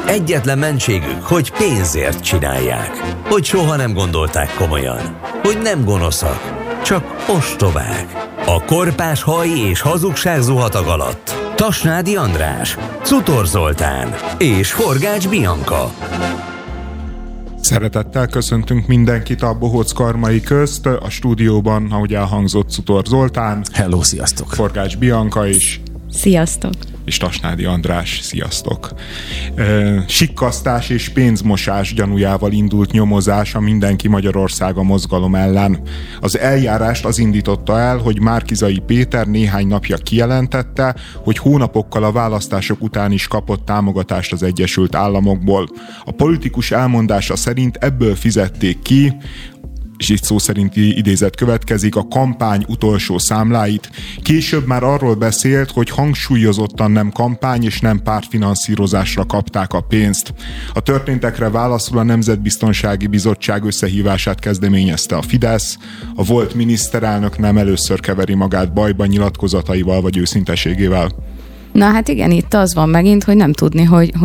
Egyetlen mentségük, hogy pénzért csinálják. Hogy soha nem gondolták komolyan. Hogy nem gonoszak, csak ostobák. A korpás haj és hazugság zuhatag alatt Tasnádi András, Czutor Zoltán és Forgács Bianca. Szeretettel köszöntünk mindenkit a Bohóc Karmai közt. A stúdióban, ahogy elhangzott, Czutor Zoltán. Hello, sziasztok! Forgács Bianca is. Sziasztok! És Tasnádi András, sziasztok! Sikkasztás és pénzmosás gyanújával indult nyomozás a Mindenki Magyarországa mozgalom ellen. Az eljárást az indította el, hogy Márki-Zay Péter néhány napja kijelentette, hogy hónapokkal a választások után is kapott támogatást az Egyesült Államokból. A politikus elmondása szerint ebből fizették ki, és itt szó szerinti idézet következik, a kampány utolsó számláit. Később már arról beszélt, hogy hangsúlyozottan nem kampány és nem pártfinanszírozásra kapták a pénzt. A történtekre válaszul a Nemzetbiztonsági Bizottság összehívását kezdeményezte a Fidesz. A volt miniszterelnök nem először keveri magát bajba nyilatkozataival vagy őszinteségével. Na hát igen, itt az van megint, hogy nem tudni,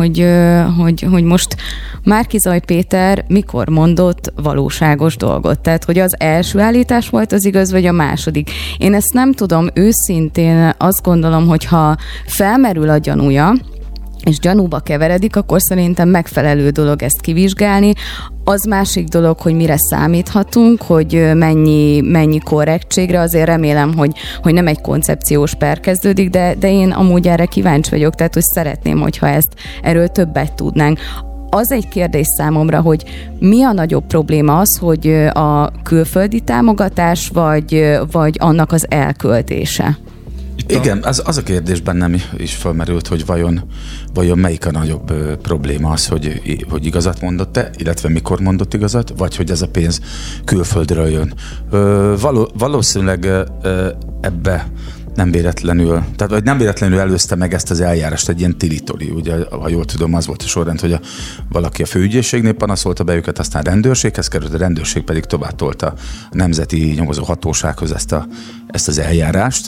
hogy most Márki-Zay Péter mikor mondott valóságos dolgot. Tehát, hogy az első állítás volt az igaz, vagy a második. Én ezt nem tudom, őszintén azt gondolom, hogy ha felmerül a gyanúja, és gyanúba keveredik, akkor szerintem megfelelő dolog ezt kivizsgálni. Az másik dolog, hogy mire számíthatunk, hogy mennyi korrektségre, azért remélem, hogy nem egy koncepciós per kezdődik, de én amúgy erre kíváncsi vagyok, tehát hogy szeretném, hogyha erről többet tudnánk. Az egy kérdés számomra, hogy mi a nagyobb probléma az, hogy a külföldi támogatás, vagy annak az elköltése? Igen, az a kérdés bennem is felmerült, hogy vajon melyik a nagyobb probléma az, hogy igazat mondott-e, illetve mikor mondott igazat, vagy hogy ez a pénz külföldről jön. Valószínűleg ebbe nem véletlenül előzte meg ezt az eljárást egy ilyen tilitori. Ugye, ha jól tudom, az volt a sorrend, hogy valaki a főügyészségnél panaszolta be őket, aztán rendőrséghez került, a rendőrség pedig tovább tolta a Nemzeti Nyomozó Hatósághoz ezt az eljárást.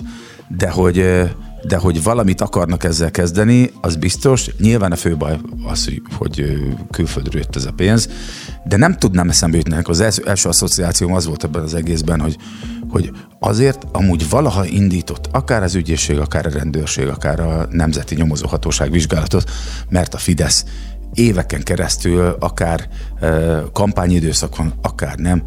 De hogy valamit akarnak ezzel kezdeni, az biztos. Nyilván a fő baj az, hogy külföldről jött ez a pénz, de nem tudnám eszembe jutni. Az első asszociációm az volt ebben az egészben, hogy azért amúgy valaha indított akár az ügyészség, akár a rendőrség, akár a Nemzeti Nyomozó Hatóság vizsgálatot, mert a Fidesz éveken keresztül, akár kampányidőszakon, akár nem,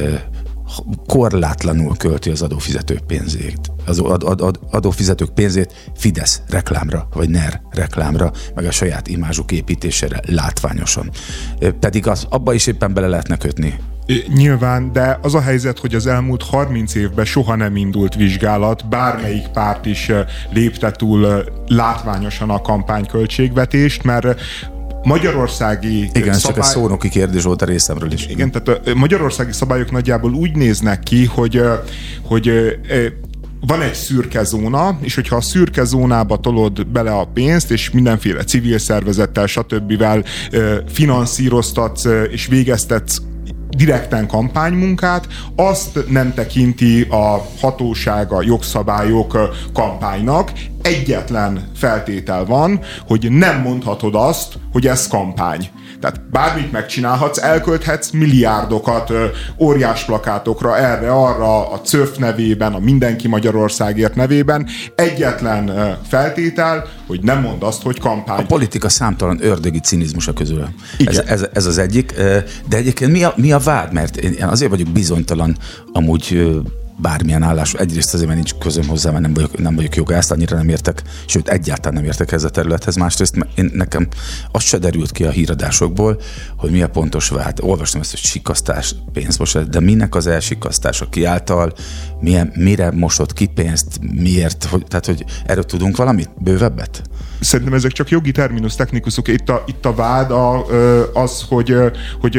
korlátlanul költi az adófizetők pénzét. Az adófizetők pénzét Fidesz reklámra, vagy NER reklámra, meg a saját imázsuk építésére látványosan. Pedig abba is éppen bele lehetne kötni. Nyilván, de az a helyzet, hogy az elmúlt 30 évben soha nem indult vizsgálat, bármelyik párt is lépte túl látványosan a kampányköltségvetést, mert magyarországi igen, csak egy szónoki kérdés volt a részemről is. Igen, tehát a magyarországi szabályok nagyjából úgy néznek ki, hogy van egy szürke zóna, és hogyha a szürke zónába tolod bele a pénzt, és mindenféle civil szervezettel, stb. Finanszíroztatsz és végeztetsz direkten kampánymunkát, azt nem tekinti a hatóság, a jogszabályok kampánynak. Egyetlen feltétel van, hogy nem mondhatod azt, hogy ez kampány. Tehát bármit megcsinálhatsz, elkölthetsz milliárdokat óriás plakátokra, erre-arra, a CÖF nevében, a Mindenki Magyarországért nevében. Egyetlen feltétel, hogy nem mondd azt, hogy kampány. A politika számtalan ördögi cinizmusa közül. Ez az egyik. De egyébként mi a vád? Mert én azért vagyok bizonytalan amúgy bármilyen állás. Egyrészt azért, mert nincs közöm hozzá, mert nem vagyok jogász, annyira nem értek, sőt, egyáltalán nem értek ez a területhez. Másrészt nekem az se derült ki a híradásokból, hogy mi a pontos vád. Olvastam ezt, hogy sikkasztás, pénzmosás, de minek az elsikkasztása, ki által, mire mosott ki pénzt, miért, tehát hogy erről tudunk valamit bővebbet? Szerintem ezek csak jogi terminus technikusok. Itt a vád az, hogy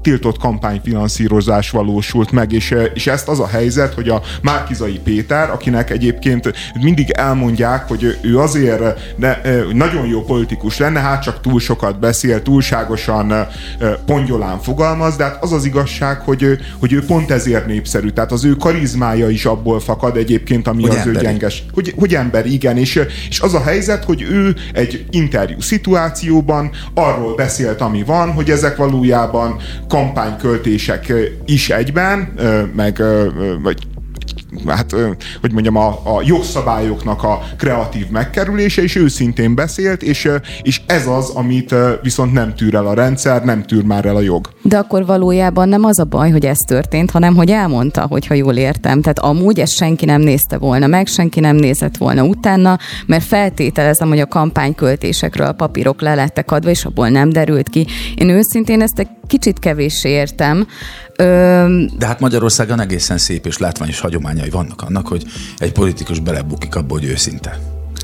tiltott kampányfinanszírozás valósult meg, és ezt az a helyzet, hogy a Márki-Zay Péter, akinek egyébként mindig elmondják, hogy ő azért nagyon jó politikus lenne, hát csak túl sokat beszél, túlságosan pongyolán fogalmaz, de hát az az igazság, hogy ő pont ezért népszerű. Tehát az ő karizmája is abból fakad egyébként, ami hogy az emberi. Ő gyenges. Hogy ember, igen. És az a helyzet, hogy ő egy interjú szituációban arról beszélt, ami van, hogy ezek valójában kampányköltések is egyben, vagy hát, hogy mondjam, a jogszabályoknak a kreatív megkerülése, és őszintén beszélt, és ez az, amit viszont nem tűr el a rendszer, nem tűr már el a jog. De akkor valójában nem az a baj, hogy ez történt, hanem hogy elmondta, hogyha jól értem. Tehát amúgy ezt senki nem nézte volna meg, senki nem nézett volna utána, mert feltételezem, hogy a kampányköltésekről a papírok le lettek adva, és abból nem derült ki. Én őszintén ezt egy kicsit kevéssé értem. De hát Magyarországon egészen szép és látványos hagyományai vannak annak, hogy egy politikus belebukik abba, hogy őszinte.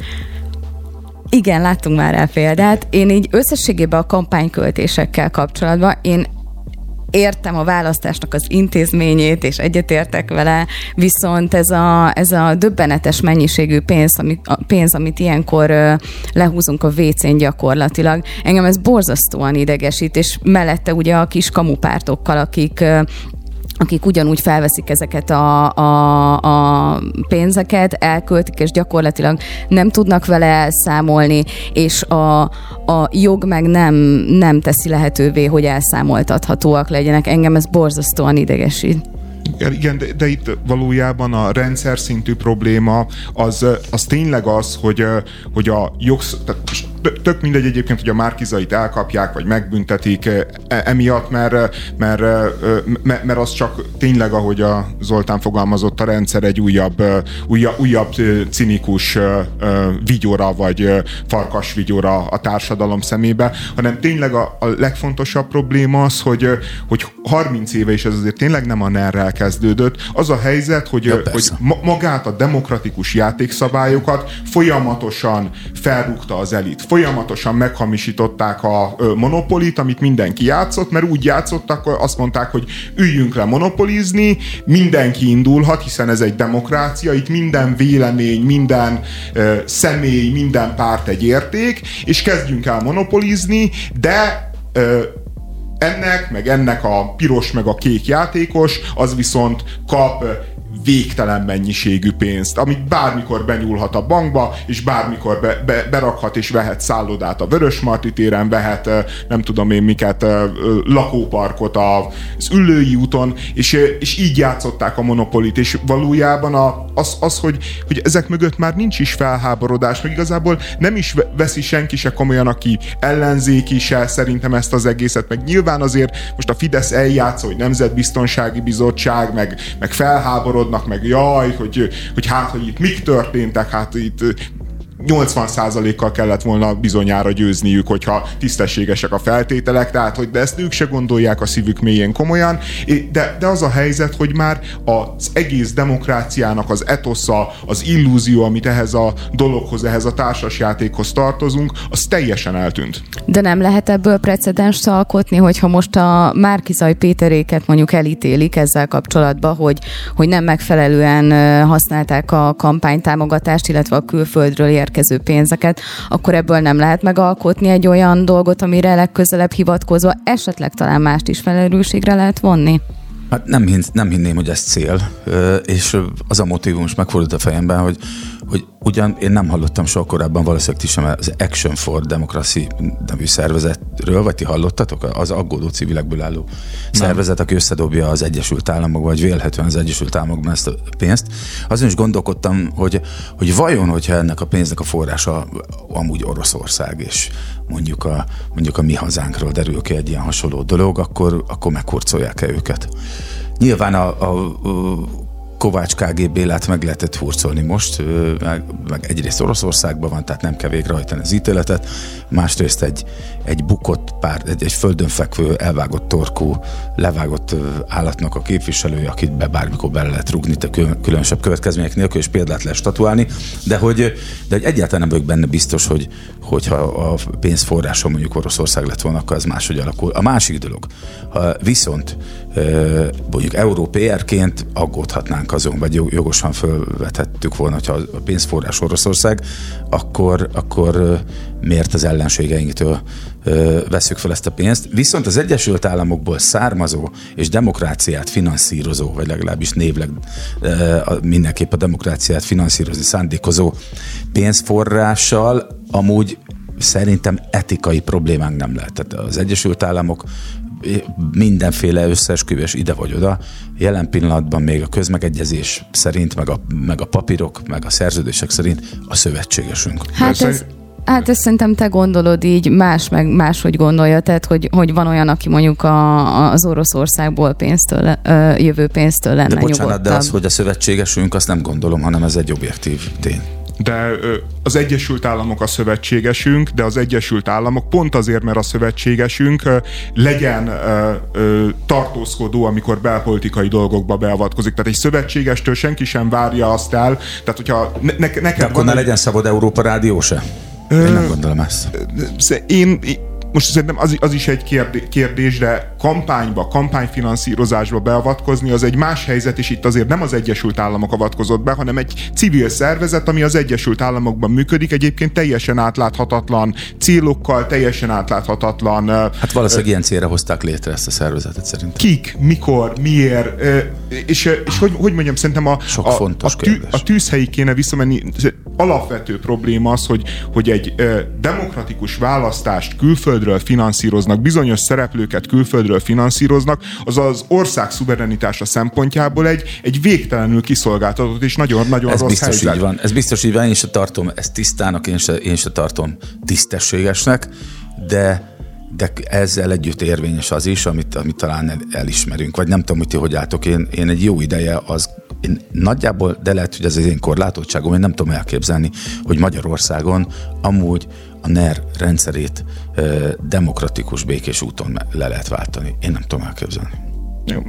Igen, láttunk már el példát. Én így összességében a kampányköltésekkel kapcsolatban én értem a választásnak az intézményét, és egyetértek vele, viszont ez a döbbenetes mennyiségű pénz, amit ilyenkor lehúzunk a WC-n gyakorlatilag, engem ez borzasztóan idegesít, és mellette ugye a kis kamupártokkal, akik ugyanúgy felveszik ezeket a pénzeket, elköltik, és gyakorlatilag nem tudnak vele elszámolni, és a jog meg nem teszi lehetővé, hogy elszámoltathatóak legyenek. Engem ez borzasztóan idegesít. Igen, de itt valójában a rendszer szintű probléma az tényleg az, hogy a tök mindegy egyébként, hogy a Márki-Zayt elkapják, vagy megbüntetik emiatt, mert az csak tényleg, ahogy a Zoltán fogalmazott, a rendszer egy újabb cinikus vigyora, vagy farkas vigyora a társadalom szemébe, hanem tényleg a legfontosabb probléma az, hogy 30 éve, és ez azért tényleg nem a NER-rel kezdődött, az a helyzet, hogy magát a demokratikus játékszabályokat folyamatosan felrúgta az elit. Folyamatosan meghamisították a monopolit, amit mindenki játszott, mert úgy játszottak, azt mondták, hogy üljünk le monopolizni, mindenki indulhat, hiszen ez egy demokrácia, itt minden vélemény, minden személy, minden párt egy érték, és kezdjünk el monopolizni, de ennek a piros meg a kék játékos, az viszont kap végtelen mennyiségű pénzt, amit bármikor benyúlhat a bankba, és bármikor berakhat és vehet szállodát a Vörösmarty téren, vehet nem tudom én miket, lakóparkot az Üllői úton, és így játszották a monopolit, és valójában hogy ezek mögött már nincs is felháborodás, meg igazából nem is veszi senki se komolyan, aki ellenzéki se szerintem ezt az egészet, meg nyilván azért most a Fidesz eljátszó, hogy Nemzetbiztonsági Bizottság, meg felháborodnak, meg jaj, hogy hát, hogy itt mik történtek, hát itt 80%-kal kellett volna bizonyára győzniük, hogyha tisztességesek a feltételek, tehát de ezt ők se gondolják a szívük mélyén komolyan, de az a helyzet, hogy már az egész demokráciának az etosza, az illúzió, amit ehhez a dologhoz, ehhez a társasjátékhoz tartozunk, az teljesen eltűnt. De nem lehet ebből precedenst alkotni, hogyha most a Márki-Zay Péteréket mondjuk elítélik ezzel kapcsolatban, hogy nem megfelelően használták a kampánytámogatást, illetve a külföldről érkező pénzeket, akkor ebből nem lehet megalkotni egy olyan dolgot, amire legközelebb hivatkozva esetleg talán mást is felelősségre lehet vonni? Hát nem hinném, hogy ez cél, és az a motívum is megfordult a fejemben, hogy ugyan én nem hallottam soha korábban, valószínűleg ti sem, az Action for Democracy nevű szervezetről, vagy ti hallottatok? Az aggódó civilekből álló szervezet, aki összedobja az Egyesült Államokban, vagy vélhetően az Egyesült Államokban ezt a pénzt. Azon is gondolkodtam, hogy vajon, hogyha ennek a pénznek a forrása amúgy Oroszország, és mondjuk a mi hazánkról derül ki egy ilyen hasonló dolog, akkor meghurcolják-e őket? Nyilván Kovács KGB-lát meg lehetett hurcolni most, meg egyrészt Oroszországban van, tehát nem kell végrehajtani az ítéletet, másrészt egy bukott egy földön fekvő, elvágott torkú, levágott állatnak a képviselője, akit bármikor bele lehet rúgni, különösebb következmények nélkül, és példát lehet statuálni, de hogy egyáltalán nem vagyok benne biztos, hogyha a pénzforrása mondjuk Oroszország lett volna, akkor ez máshogy alakul. A másik dolog, viszont mondjuk európérként aggódhatnánk azon, vagy jogosan felvethettük volna, hogyha a pénzforrás Oroszország, akkor miért az ellenségeinktől vesszük fel ezt a pénzt. Viszont az Egyesült Államokból származó és demokráciát finanszírozó, vagy legalábbis névleg mindenképp a demokráciát finanszírozni szándékozó pénzforrással amúgy szerintem etikai problémánk nem lehet. Tehát az Egyesült Államok mindenféle összeesküvés ide vagy oda. Jelen pillanatban még a közmegegyezés szerint, meg a papírok, meg a szerződések szerint a szövetségesünk. Hát ezt szerintem te gondolod így, máshogy gondolja, tehát hogy van olyan, aki mondjuk az Oroszországból jövő pénztől lenne nyugodtabb. De bocsánat, de az, hogy a szövetségesünk, azt nem gondolom, hanem ez egy objektív tény. De az Egyesült Államok a szövetségesünk, de az Egyesült Államok pont azért, mert a szövetségesünk legyen tartózkodó, amikor belpolitikai dolgokba beavatkozik. Tehát egy szövetségestől senki sem várja azt el. Tehát, hogyha neked akkor ne legyen szabad Európa Rádió se? Én nem gondolom ezt. Most szerintem az is egy kérdés, de kampányfinanszírozásba beavatkozni, az egy más helyzet, és itt azért nem az Egyesült Államok avatkozott be, hanem egy civil szervezet, ami az Egyesült Államokban működik, egyébként teljesen átláthatatlan célokkal, teljesen átláthatatlan... Hát valószínűleg ilyen célra hozták létre ezt a szervezetet szerintem. Kik, mikor, miért, és hogy mondjam, szerintem a tűzhelyig kéne visszamenni. Alapvető probléma az, hogy egy demokratikus választást külföldről finanszíroznak, bizonyos szereplőket külföldről finanszíroznak, az az ország szuverenitása szempontjából egy végtelenül kiszolgáltatott és nagyon-nagyon rossz helyzet. Így van. Ez biztos így van, én se tartom ezt tisztának, én se tartom tisztességesnek, de ezzel együtt érvényes az is, amit talán elismerünk, vagy nem tudom, hogy ti hogy álltok. Én egy jó ideje én nagyjából, de lehet, hogy ez az én korlátottságom, én nem tudom elképzelni, hogy Magyarországon amúgy a NER rendszerét demokratikus, békés úton le lehet váltani. Én nem tudom elképzelni. Jó.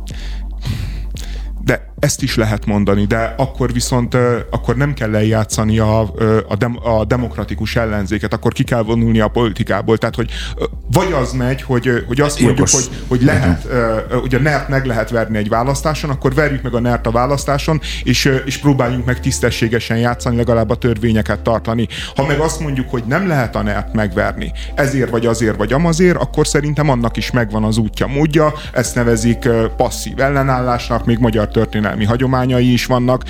De ezt is lehet mondani, de akkor viszont akkor nem kell eljátszani a demokratikus ellenzéket, akkor ki kell vonulni a politikából. Tehát, hogy vagy az megy, hogy azt mondjuk, hogy lehet, hogy a NER-t meg lehet verni egy választáson, akkor verjük meg a NER-t a választáson, és próbáljunk meg tisztességesen játszani, legalább a törvényeket tartani. Ha meg azt mondjuk, hogy nem lehet a NER-t megverni, ezért vagy azért vagy amazért, akkor szerintem annak is megvan az útja, módja. Ezt nevezik passzív ellenállásnak, még magyar történelmi hagyományai is vannak,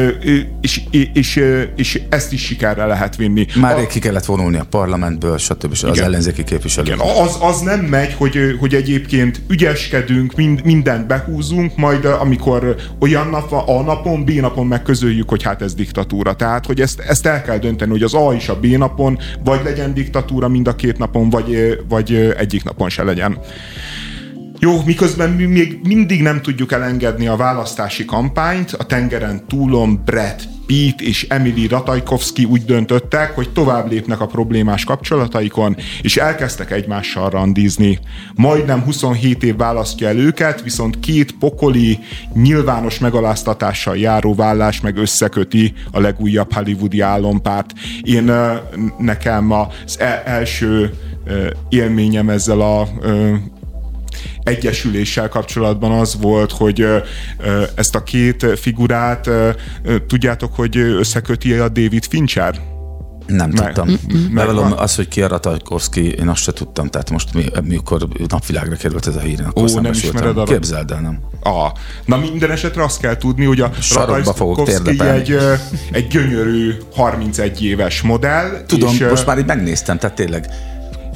és ezt is sikerre lehet vinni. Már ki kellett vonulni a parlamentből, stb. Az ellenzéki képviselők. Az nem megy, hogy egyébként ügyeskedünk, mindent behúzunk, majd amikor olyan nap van, A napon, B napon megközöljük, hogy hát ez diktatúra. Tehát, hogy ezt el kell dönteni, hogy az A és a B napon vagy legyen diktatúra mind a két napon, vagy egyik napon se legyen. Jó, miközben mi még mindig nem tudjuk elengedni a választási kampányt, a tengeren túlon Brad Pitt és Emily Ratajkowski úgy döntöttek, hogy tovább lépnek a problémás kapcsolataikon, és elkezdtek egymással randizni. Majdnem 27 év választja el őket, viszont két pokoli, nyilvános megaláztatással járó vállás meg összeköti a legújabb hollywoodi álompárt. Nekem az első élményem ezzel a egyesüléssel kapcsolatban az volt, hogy ezt a két figurát tudjátok, hogy összeköti a David Fincher? Nem tudtam. Bevallom, az, hogy ki a Ratajkowski, én azt se tudtam, tehát most mikor napvilágra került ez a hír, akkor szembesültem. Képzeld el, nem? Na minden esetre azt kell tudni, hogy a Ratajkowski egy gyönyörű 31 éves modell. Tudom, most már így megnéztem, tehát tényleg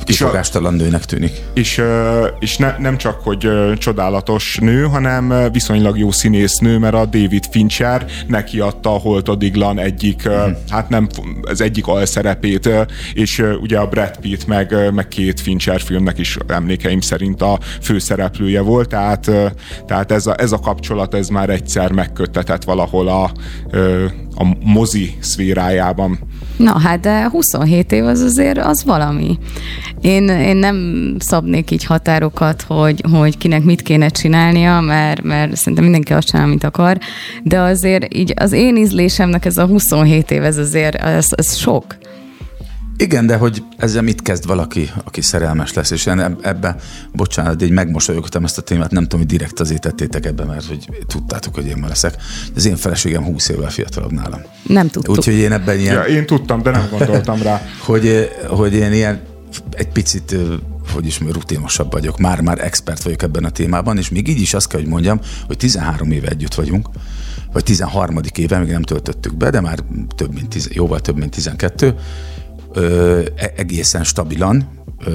kifogástalan nőnek tűnik. És nem csak, hogy csodálatos nő, hanem viszonylag jó színésznő, mert a David Fincher neki adta a Holtodiglan egyik, hát nem, az egyik alszerepét, és ugye a Brad Pitt meg két Fincher filmnek is emlékeim szerint a főszereplője volt, tehát ez a kapcsolat, ez már egyszer megköttetett valahol a mozi szférájában. Na hát, de 27 év az azért az valami. Én nem szabnék így határokat, hogy kinek mit kéne csinálnia, mert szerintem mindenki azt csinál, amit akar, de azért így az én ízlésemnek ez a 27 év, ez azért ez sok. Igen, de hogy ezzel mit kezd valaki, aki szerelmes lesz, és én ebben, bocsánat, így megmosolyogtam ezt a témát, nem tudom, hogy direkt azért tettétek ebbe, mert hogy tudtátok, hogy én ma leszek. Az én feleségem 20 évvel fiatalabb nálam. Nem tudtuk. Úgyhogy én ebben ilyen... Ja, én tudtam, de nem gondoltam rá. hogy én ilyen egy picit, hogy is rutinosabb vagyok, már expert vagyok ebben a témában, és még így is azt kell, hogy mondjam, hogy 13 éve együtt vagyunk, vagy 13. éve, még nem töltöttük be, de már jóval több, mint 12, egészen stabilan,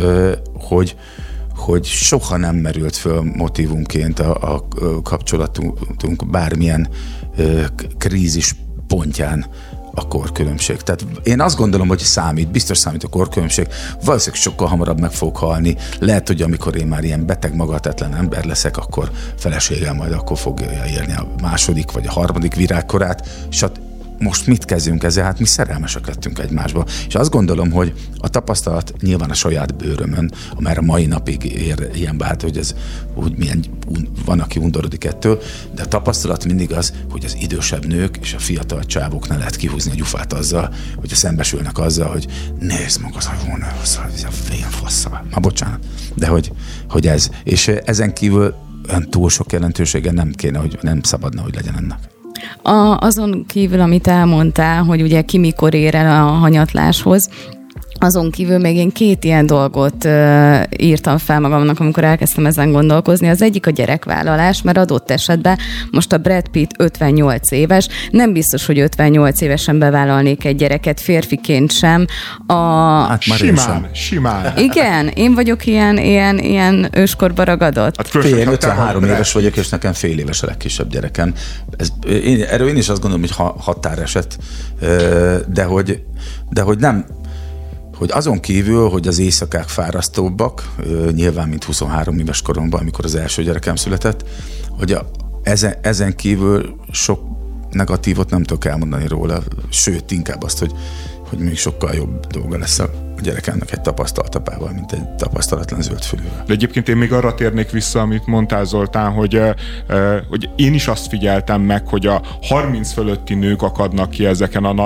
hogy soha nem merült föl motívumként a kapcsolatunk bármilyen krízis pontján a korkülönbség. Tehát én azt gondolom, hogy biztos számít a korkülönbség, valószínűleg sokkal hamarabb meg fogok halni. Lehet, hogy amikor én már ilyen beteg, magatetlen ember leszek, akkor feleségem majd akkor fogja érni a második vagy a harmadik virágkorát, és most mit kezdjünk ezzel? Hát mi szerelmesek lettünk egymásba. És azt gondolom, hogy a tapasztalat nyilván a saját bőrömön, amely a mai napig ér ilyenbe, hát, hogy ez úgy milyen, van, aki undorodik ettől, de a tapasztalat mindig az, hogy az idősebb nők és a fiatal csávok ne lehet kihúzni a gyufát azzal, hogyha szembesülnek azzal, hogy nézd maga az a volna, az a vén faszal. Már bocsánat. De hogy ez. És ezen kívül túl sok jelentősége nem kéne, hogy nem szabadna, hogy legyen ennek. Azon kívül, amit elmondtál, hogy ugye ki mikor ér el a hanyatláshoz, azon kívül még én 2 ilyen dolgot írtam fel magamnak, amikor elkezdtem ezen gondolkozni. Az egyik a gyerekvállalás, mert adott esetben most a Brad Pitt 58 éves, nem biztos, hogy 58 évesen bevállalnék egy gyereket, férfiként sem. Hát Simán. Igen, én vagyok ilyen őskorba ragadott. Hát én 53 éves vagyok, és nekem fél éves a legkisebb gyerekem. Erről én is azt gondolom, hogy határeset, de hogy nem, hogy azon kívül, hogy az éjszakák fárasztóbbak, nyilván, mint 23 éves koromban, amikor az első gyerekem született, hogy ezen kívül sok negatívot nem tudok elmondani róla, sőt, inkább azt, hogy még sokkal jobb dolga lesz a gyerekemnek egy tapasztalt apával, mint egy tapasztalatlan zöldfülűvel. De egyébként én még arra térnék vissza, amit mondtál, Zoltán, hogy én is azt figyeltem meg, hogy a 30 fölötti nők akadnak ki ezeken a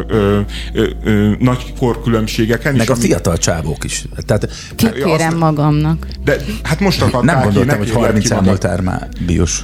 nagy korkülönbségeken. Meg a fiatal csávók is. Tehát, kikérem magamnak. De hát most akadtál nem gondoltam, ki, hogy 30 elmúltál már bios.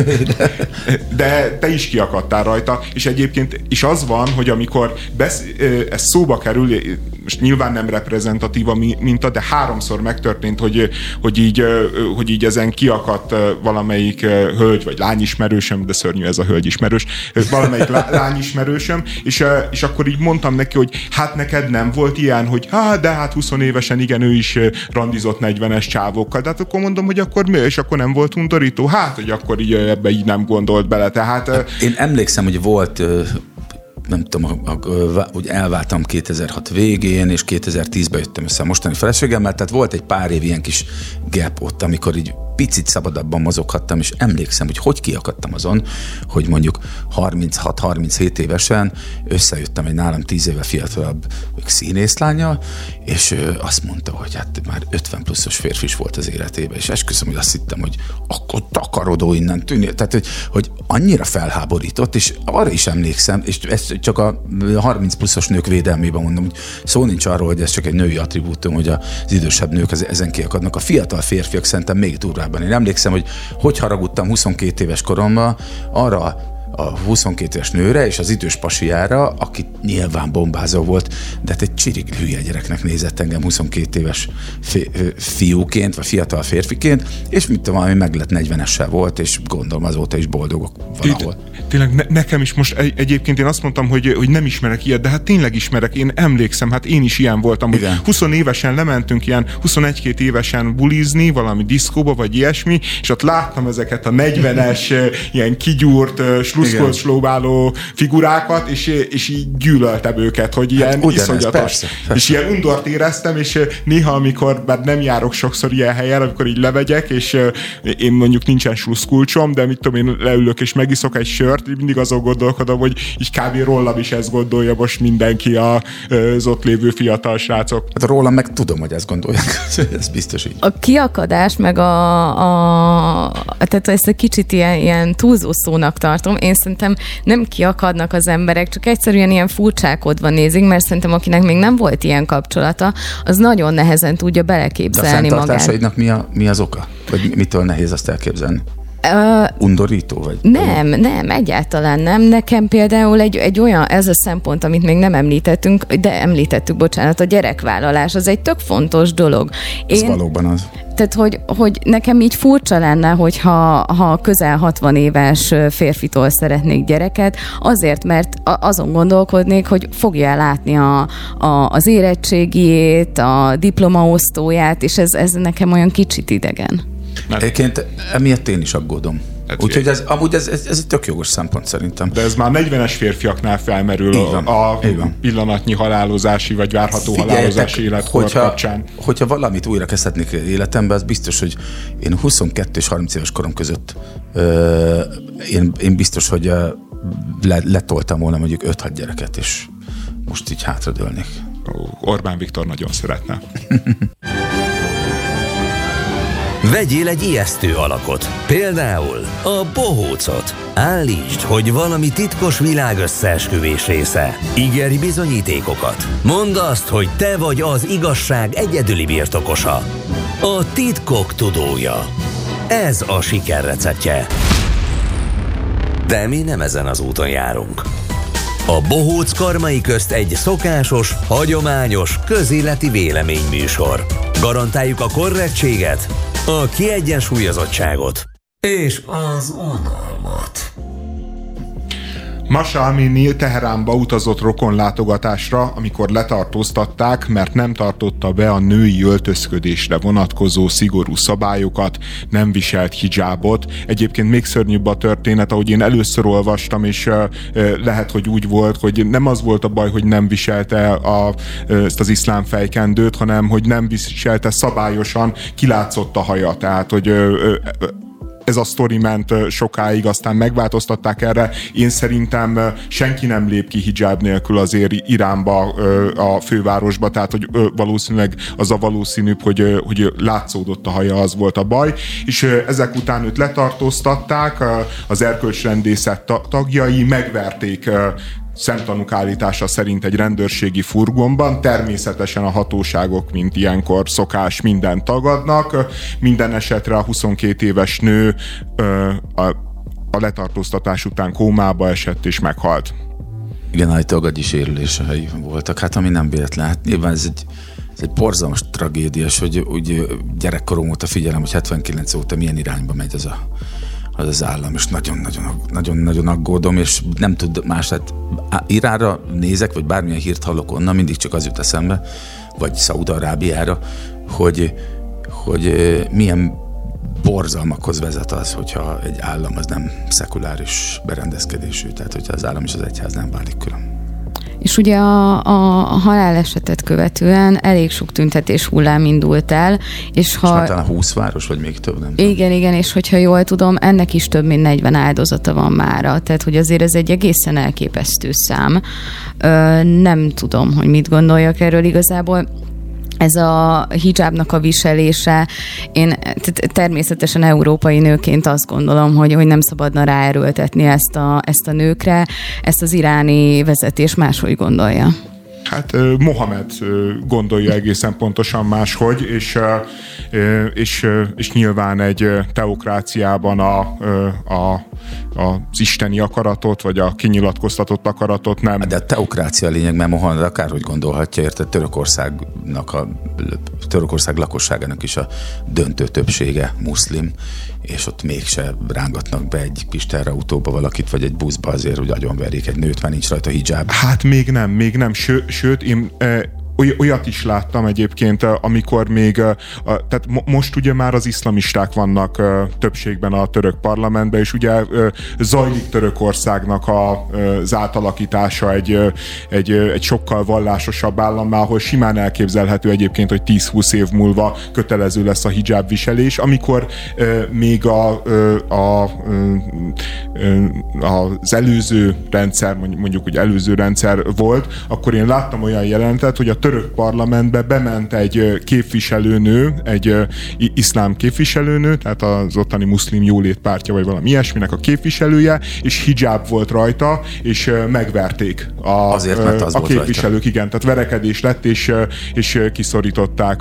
De te is kiakadtál rajta, és egyébként is az van, hogy amikor ez szóba kerül, most nyilván nem reprezentatív a minta, de 3-szor megtörtént, hogy így ezen kiakadt valamelyik hölgy, vagy lányismerősöm, de szörnyű ez a hölgyismerős, valamelyik lányismerősöm, és akkor így mondtam neki, hogy hát neked nem volt ilyen, hogy de hát 20 évesen igen, ő is randizott 40-es csávókkal, de hát akkor mondom, hogy akkor mi, és akkor nem volt undorító? Hát, hogy akkor így ebbe így nem gondolt bele, tehát... Én emlékszem, hogy volt... nem tudom, úgy elváltam 2006 végén, és 2010-ben jöttem össze a mostani feleségemmel, tehát volt egy pár év ilyen kis gap ott, amikor így picit szabadabban mozoghattam, és emlékszem, hogy kiakadtam azon, hogy mondjuk 36-37 évesen összejöttem egy nálam 10 éve fiatalabb színészlányjal, és azt mondta, hogy hát már 50 pluszos férfi is volt az életében, és esküszöm, hogy azt hittem, hogy akkor takarodó innen tűnni, tehát hogy annyira felháborított, és arra is emlékszem, és ezt csak a 30 pluszos nők védelmében mondom, hogy szó nincs arról, hogy ez csak egy női attribútum, hogy az idősebb nők ezen kiakadnak. A fiatal férfiak szerintem még durvábban. Én emlékszem, hogy haragudtam 22 éves koromban arra a 22 éves nőre és az idős pasiára, aki nyilván bombázó volt, de hát egy csirig hülye gyereknek nézett engem 22 éves fiúként, vagy fiatal férfiként, és mit tudom, ami meg lett 40-essel volt, és gondolom azóta is boldogok valahol. Tényleg nekem is most egyébként én azt mondtam, hogy nem ismerek ilyet, de hát tényleg ismerek, én emlékszem, hát én is ilyen voltam, hogy 20 évesen lementünk ilyen 21-22 évesen bulizni, valami diszkóba, vagy ilyesmi, és ott láttam ezeket a 40-es ilyen kigyúrt, sluszkolslóváló figurákat, és így gyűlöltem őket, hogy ilyen iszonyatos. Persze. És ilyen undort éreztem, és néha, amikor bár nem járok sokszor ilyen helyen, amikor így levegyek, és én mondjuk nincsen sluszkulcsom, de mit tudom, én leülök és megiszok egy sört, mindig azon gondolkodom, hogy így kb. Rólam is ezt gondolja most mindenki az ott lévő fiatal srácok. Hát rólam meg tudom, hogy ezt gondolják. Ez biztos így. A kiakadás, meg tehát ezt egy kicsit ilyen túlzó szónak tartom. Én szerintem nem kiakadnak az emberek, csak egyszerűen ilyen furcsálkodva nézik, mert szerintem akinek még nem volt ilyen kapcsolata, az nagyon nehezen tudja beleképzelni magát. De a fenntartásodnak mi az oka? Vagy mitől nehéz azt elképzelni? Undorító vagy? Nem, egyáltalán nem. Nekem például egy olyan, ez a szempont, amit még nem említettünk, de említettük, bocsánat, a gyerekvállalás, az egy tök fontos dolog. Ez valóban az. Tehát, hogy nekem így furcsa lenne, hogyha közel 60 éves férfitól szeretnék gyereket, azért, mert azon gondolkodnék, hogy fogja látni az érettségiét, a diplomaosztóját, és ez nekem olyan kicsit idegen. Egyébként emiatt én is aggódom. Úgyhogy ez egy tök jogos szempont szerintem. De ez már 40-es férfiaknál felmerül a pillanatnyi halálozási vagy várható halálozási életkor kapcsán. Hogyha valamit újra kezdhetnék életemben, az biztos, hogy én 22 és 30 éves korom között én biztos, hogy letoltam volna mondjuk 5-6 gyereket, és most így hátradőlnék. Orbán Viktor nagyon szeretne. Vegyél egy ijesztő alakot, például a bohócot. Állítsd, hogy valami titkos világösszeesküvés része. Ígérj bizonyítékokat. Mondd azt, hogy te vagy az igazság egyedüli birtokosa. A titkok tudója. Ez a siker receptje. De mi nem ezen az úton járunk. A Bohóc karmai közt egy szokásos, hagyományos, közéleti véleményműsor. Garantáljuk a korrektséget, a kiegyensúlyozottságot és az unalmat. Masha Amini Teheránba utazott rokonlátogatásra, amikor letartóztatták, mert nem tartotta be a női öltözködésre vonatkozó szigorú szabályokat, nem viselt hidzsábot. Egyébként még szörnyűbb a történet, ahogy én először olvastam, és lehet, hogy úgy volt, hogy nem az volt a baj, hogy nem viselte ezt az iszlám fejkendőt, hanem hogy nem viselte szabályosan, kilátszott a haja. Tehát, hogy ez a sztori ment sokáig, aztán megváltoztatták erre. Én szerintem senki nem lép ki hijab nélkül azért Iránba, a fővárosba, tehát hogy valószínűleg az a valószínűbb, hogy látszódott a haja, az volt a baj. És ezek után őt letartóztatták, az erkölcsrendészet tagjai megverték szemtanúk állítása szerint egy rendőrségi furgonban. Természetesen a hatóságok, mint ilyenkor szokás, mindent tagadnak. Minden esetre a 22 éves nő a letartóztatás után kómába esett és meghalt. Igen, állítólag agyi sérülései voltak, hát ami nem véletlen. Hát nyilván ez egy borzalmas tragédiás, hogy úgy gyerekkorom óta figyelem, hogy 79 óta milyen irányba megy az állam, és nagyon aggódom, és nem tud más, hát Iránra nézek, vagy bármilyen hírt hallok onnan, mindig csak az jut eszembe, vagy Szaúd-Arábiára, hogy milyen borzalmakhoz vezet az, hogyha egy állam az nem szekuláris berendezkedésű, tehát hogyha az állam és az egyház nem válik külön. És ugye a halálesetet követően elég sok tüntetés hullám indult el, és már talán 20 város, vagy még több, nem? Igen, és hogyha jól tudom, ennek is több mint 40 áldozata van mára, tehát hogy azért ez egy egészen elképesztő szám. Nem tudom, hogy mit gondoljak erről igazából. Ez a hijabnak a viselése, én természetesen európai nőként azt gondolom, hogy nem szabadna ráerőltetni ezt a nőkre, ezt az iráni vezetés máshogy gondolja. Hát Mohamed gondolja egészen pontosan máshogy, és nyilván egy teokráciában az isteni akaratot, vagy a kinyilatkoztatott akaratot nem. De a teokrácia lényeg, mert Mohamed akárhogy gondolhatja, érted, Törökország lakosságának is a döntő többsége muszlim, és ott mégse rángatnak be egy kis terrautóba valakit, vagy egy buszba azért, hogy agyonverjék egy nőt, már nincs rajta hijab. Hát még nem. Sőt, én olyat is láttam egyébként, amikor még, tehát most ugye már az iszlamisták vannak többségben a török parlamentben, és ugye zajlik Törökországnak az átalakítása egy sokkal vallásosabb állammá, ahol simán elképzelhető egyébként, hogy 10-20 év múlva kötelező lesz a hijab viselés, amikor még az előző rendszer, mondjuk, hogy előző rendszer volt, akkor én láttam olyan jelenetet, hogy a török parlamentbe bement egy képviselőnő, egy iszlám képviselőnő, tehát az ottani muszlim jólét pártja, vagy valami ilyesminek a képviselője, és hijab volt rajta, és megverték azért, mert az a volt képviselők, rajta. igen, tehát verekedés lett, és kiszorították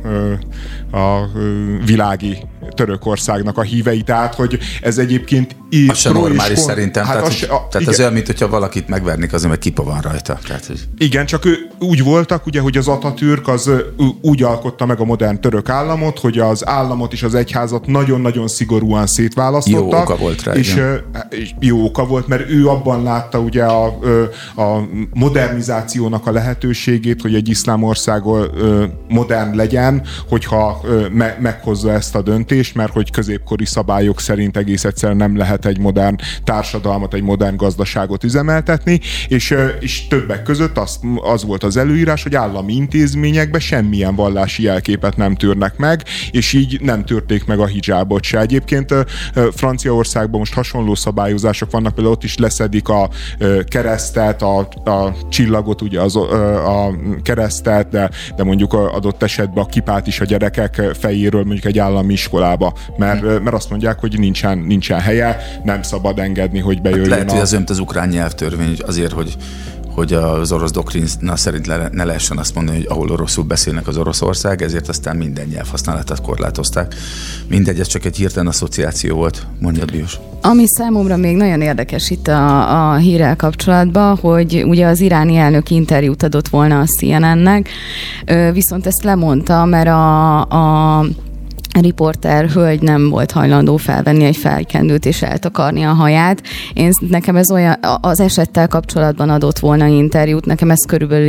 a világi Törökországnak a híveit, tehát hogy ez egyébként az sem normális szerintem. Hát tehát az olyan, mint hogyha valakit megvernék azért, mert kipa van rajta. Tehát, hogy... Igen, csak úgy voltak, ugye, hogy az Atatürk az úgy alkotta meg a modern török államot, hogy az államot és az egyházat nagyon-nagyon szigorúan szétválasztotta. Jó oka volt rá, és jó oka volt, mert ő abban látta ugye a modernizációnak a lehetőségét, hogy egy iszlám ország modern legyen, hogyha meghozza ezt a döntést, mert hogy középkori szabályok szerint egész egyszerűen nem lehet egy modern társadalmat, egy modern gazdaságot üzemeltetni, és többek között az volt az előírás, hogy állami intézményekben semmilyen vallási jelképet nem tűrnek meg, és így nem tűrték meg a hijabot se. Egyébként Franciaországban most hasonló szabályozások vannak, például ott is leszedik a keresztet, a csillagot, ugye a keresztet, de mondjuk adott esetben a kipát is a gyerekek fejéről mondjuk egy állami iskolába, mert azt mondják, hogy nincsen helye, nem szabad engedni, hogy bejöjjön. Hát lehet, hogy az önt az ukrán nyelvtörvény azért, hogy az orosz doktrína szerint ne lehessen azt mondani, hogy ahol oroszul beszélnek az Oroszország, ezért aztán minden nyelvhasználatát korlátozták. Mindegy, ez csak egy hirtelen asszociáció volt. Mondjad, Bios. Ami számomra még nagyon érdekes itt a hírrel kapcsolatban, hogy ugye az iráni elnök interjút adott volna a CNN-nek, viszont ezt lemondta, mert a riporter hölgy nem volt hajlandó felvenni egy felkendőt és eltakarni a haját. Nekem ez olyan, az esettel kapcsolatban adott volna interjút, nekem ez körülbelül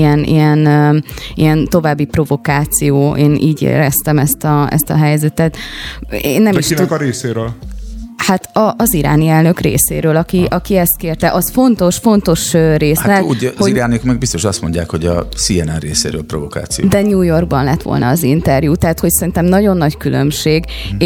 ilyen további provokáció, én így éreztem ezt a helyzetet. Én nem de is kinek a részéről? Hát az iráni elnök részéről, aki ezt kérte, az fontos részlet. Hát úgy, az irániak meg biztos azt mondják, hogy a CNN részéről provokáció. De New Yorkban lett volna az interjú, tehát hogy szerintem nagyon nagy különbség,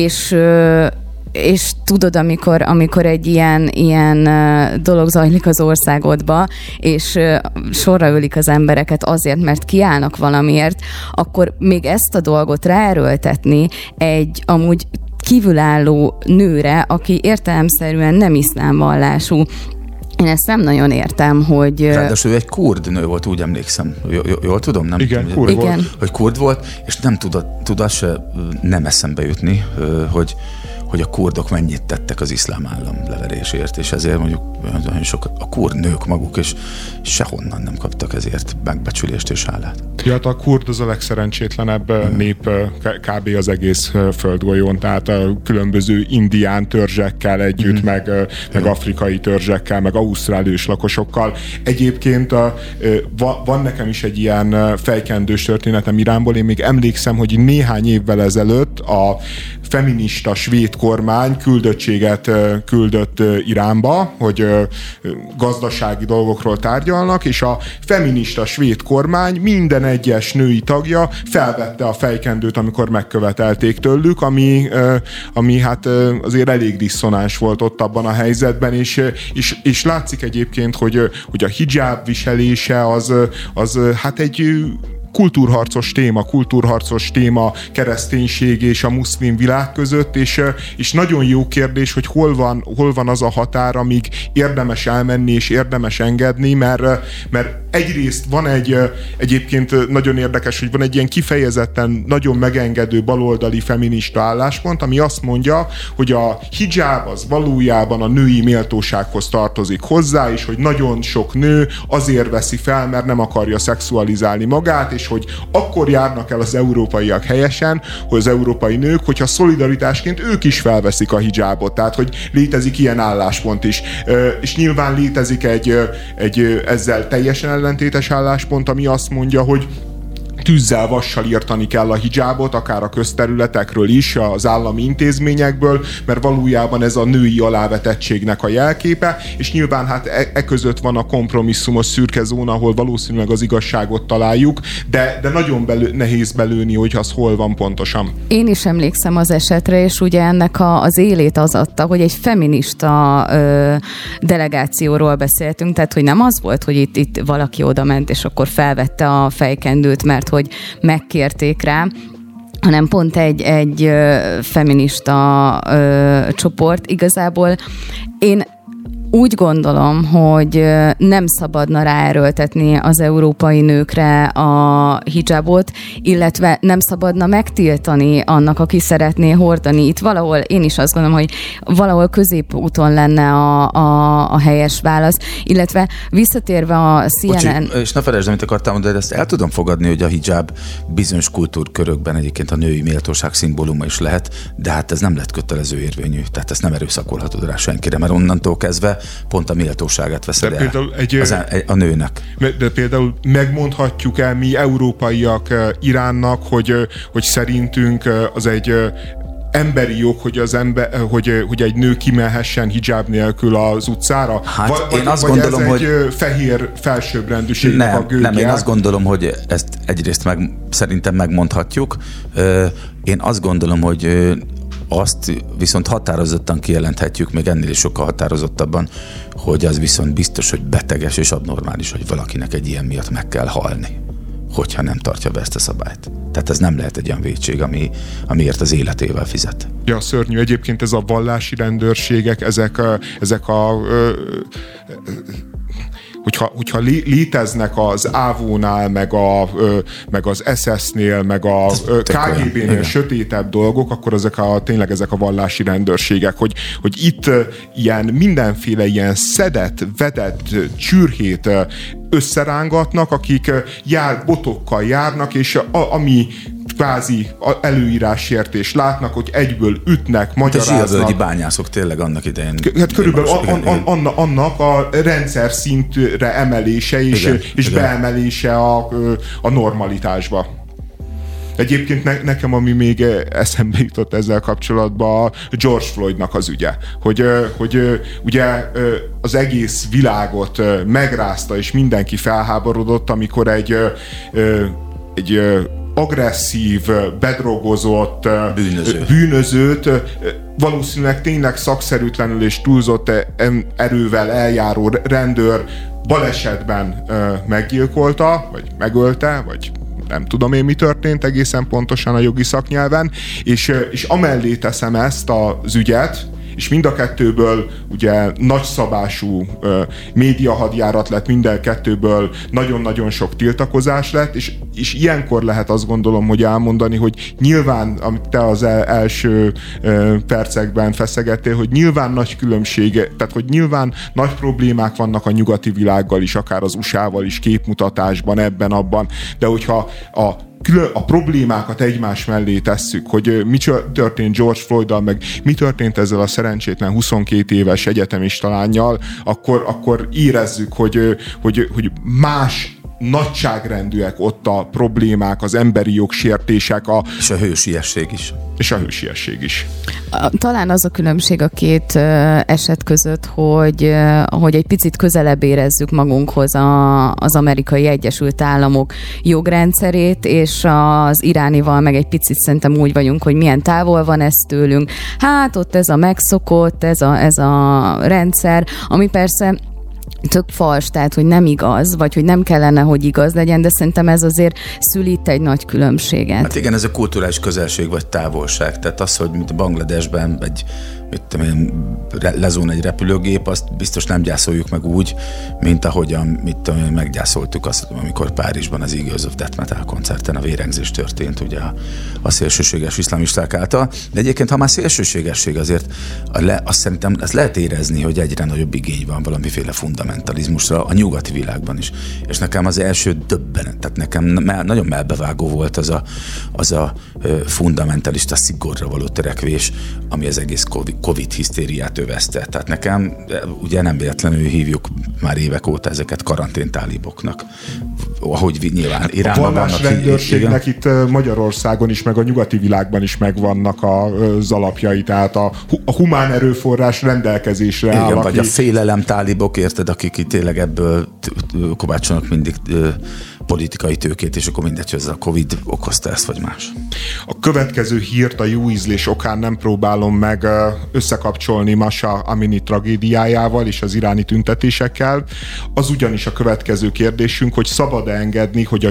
és tudod, amikor egy ilyen dolog zajlik az országodba, és sorra ölik az embereket azért, mert kiállnak valamiért, akkor még ezt a dolgot ráerőltetni egy amúgy kívülálló nőre, aki értelemszerűen nem iszlám vallású. Én ezt nem nagyon értem, hogy... Ráadásul ő egy kurd nő volt, úgy emlékszem. Jól tudom? Nem igen, tudom, kurd volt. Hogy kurd volt, és nem tudod se nem eszembe jutni, hogy a kurdok mennyit tettek az iszlám állam leverésért, és ezért mondjuk nagyon sok a kurd nők maguk, és sehonnan nem kaptak ezért megbecsülést és hálát. Ja, a kurd az a legszerencsétlenebb nép kb. Az egész földgolyón, tehát a különböző indián törzsekkel együtt, meg afrikai törzsekkel, meg ausztrál őslakosokkal. Egyébként van nekem is egy ilyen fejkendős történetem Iránból. Én még emlékszem, hogy néhány évvel ezelőtt a feminista svéd kormány küldöttséget küldött Iránba, hogy gazdasági dolgokról tárgyalnak, és a feminista svéd kormány minden egyes női tagja felvette a fejkendőt, amikor megkövetelték tőlük, ami hát azért elég diszonáns volt ott abban a helyzetben, és látszik egyébként, hogy a hijab viselése az hát egy kultúrharcos téma kereszténység és a muszlim világ között, és nagyon jó kérdés, hogy hol van az a határ, amíg érdemes elmenni és érdemes engedni, mert egyrészt van egyébként nagyon érdekes, hogy van egy ilyen kifejezetten nagyon megengedő baloldali feminista álláspont, ami azt mondja, hogy a hijab az valójában a női méltósághoz tartozik hozzá, és hogy nagyon sok nő azért veszi fel, mert nem akarja szexualizálni magát, és hogy akkor járnak el az európaiak helyesen, hogy az európai nők, hogyha szolidaritásként ők is felveszik a hijabot, tehát hogy létezik ilyen álláspont is. És nyilván létezik egy ezzel teljesen ellentétes álláspont, ami azt mondja, hogy tűzzel, vassal írtani kell a hijabot, akár a közterületekről is, az állami intézményekből, mert valójában ez a női alávetettségnek a jelképe, és nyilván hát között van a kompromisszumos szürke zóna, ahol valószínűleg az igazságot találjuk, de nagyon nehéz belőni, hogy az hol van pontosan. Én is emlékszem az esetre, és ugye ennek az élét az adta, hogy egy feminista delegációról beszéltünk, tehát hogy nem az volt, hogy itt valaki oda ment, és akkor felvette a fejkendőt, mert hogy megkérték rá, hanem pont egy feminista csoport. Igazából én úgy gondolom, hogy nem szabadna ráerőltetni az európai nőkre a hijabot, illetve nem szabadna megtiltani annak, aki szeretné hordani. Itt valahol, én is azt gondolom, hogy valahol középúton lenne a helyes válasz, illetve visszatérve a CNN... Bocsi, és ne felejtsd, amit akartam mondani, de ezt el tudom fogadni, hogy a hijab bizonyos kultúrkörökben egyébként a női méltóság szimbóluma is lehet, de hát ez nem lett kötelező érvényű, tehát ezt nem erőszakolhatod rá senkire, mert onnantól kezdve pont a méltóságát veszed el a nőnek. De például megmondhatjuk el mi európaiak Iránnak, hogy szerintünk az egy emberi jog, hogy egy nő kimehessen hijab nélkül az utcára? Hát én azt gondolom, hogy egy fehér felsőbbrendűségnek a gőgje? Nem, én azt gondolom, hogy ezt egyrészt szerintem megmondhatjuk. Én azt gondolom, hogy azt viszont határozottan kijelenthetjük, még ennél is sokkal határozottabban, hogy az viszont biztos, hogy beteges és abnormális, hogy valakinek egy ilyen miatt meg kell halni, hogyha nem tartja be ezt a szabályt. Tehát ez nem lehet egy olyan vétség, amiért az életével fizet. Ja, szörnyű. Egyébként ez a vallási rendőrségek, ezek hogyha léteznek az AVO-nál, meg az SS-nél, meg a KGB-nél sötétebb dolgok, akkor tényleg ezek a vallási rendőrségek, hogy itt ilyen mindenféle ilyen szedett, vedett csürhét összerángatnak, akik botokkal járnak, és ami kvázi előírássértés látnak, hogy egyből ütnek, magyaráznak. A zsíravölgyi bányászok tényleg annak idején. Hát körülbelül annak a rendszer szintre emelése és beemelése a normalitásba. Egyébként nekem, ami még eszembe jutott ezzel kapcsolatban, George Floydnak az ügye. Hogy ugye az egész világot megrázta, és mindenki felháborodott, amikor egy agresszív, bedrogozott bűnözőt valószínűleg tényleg szakszerűtlenül és túlzott erővel eljáró rendőr balesetben meggyilkolta, vagy megölte, vagy nem tudom én, mi történt egészen pontosan a jogi szaknyelven, és amellé teszem ezt az ügyet, és mind a kettőből ugye nagyszabású médiahadjárat lett, minden kettőből nagyon-nagyon sok tiltakozás lett, és ilyenkor lehet azt gondolom, hogy elmondani, hogy nyilván, amit te az első percekben feszegettél, hogy nyilván nagy különbsége, tehát hogy nyilván nagy problémák vannak a nyugati világgal is, akár az USA-val is, képmutatásban, ebben, abban, de hogyha a problémákat egymás mellé tesszük, hogy mi történt George Floyddal, meg mi történt ezzel a szerencsétlen 22 éves egyetemista lánnyal, akkor érezzük, hogy más nagyságrendűek ott a problémák, az emberi jogsértések. És a hősiesség is. Talán az a különbség a két eset között, hogy egy picit közelebb érezzük magunkhoz az Amerikai Egyesült Államok jogrendszerét, és az iránival meg egy picit szerintem úgy vagyunk, hogy milyen távol van ez tőlünk. Hát ott ez a megszokott, ez a rendszer, ami persze tök fals, tehát hogy nem igaz, vagy hogy nem kellene, hogy igaz legyen, de szerintem ez azért szülít egy nagy különbséget. Hát igen, ez a kulturális közelség vagy távolság. Tehát az, hogy mint Bangladesben lezón egy repülőgép, azt biztos nem gyászoljuk meg úgy, mint ahogyan meggyászoltuk azt, amikor Párizsban az Eagles of Death Metal koncerten a vérengzés történt, ugye a szélsőséges iszlamisták által. De egyébként, ha már szélsőségesség, azért azt szerintem azt lehet érezni, hogy egyre nagyobb igény van valamiféle fundamentalizmusra a nyugati világban is. És nekem az első döbbenet, tehát nekem nagyon melbevágó volt az a fundamentalista szigorra való törekvés, ami az egész Covid hisztériát övezte. Tehát nekem, ugye nem véletlenül hívjuk már évek óta ezeket karanténtáliboknak. Ahogy nyilván Iránban vannak. A vallásrendőrségnek itt Magyarországon is, meg a nyugati világban is megvannak az alapjai, tehát a humán erőforrás rendelkezésre áll. Igen, vagy a félelem tálibok, érted, akik itt tényleg ebből kovácsolnak mindig politikai tőkét, és akkor mindegy, hogy ez a Covid okozta ezt, vagy más. A következő hírt a jó ízlés okán nem próbálom meg összekapcsolni Mahsa Amini tragédiájával és az iráni tüntetésekkel. Az ugyanis a következő kérdésünk, hogy szabad-e engedni a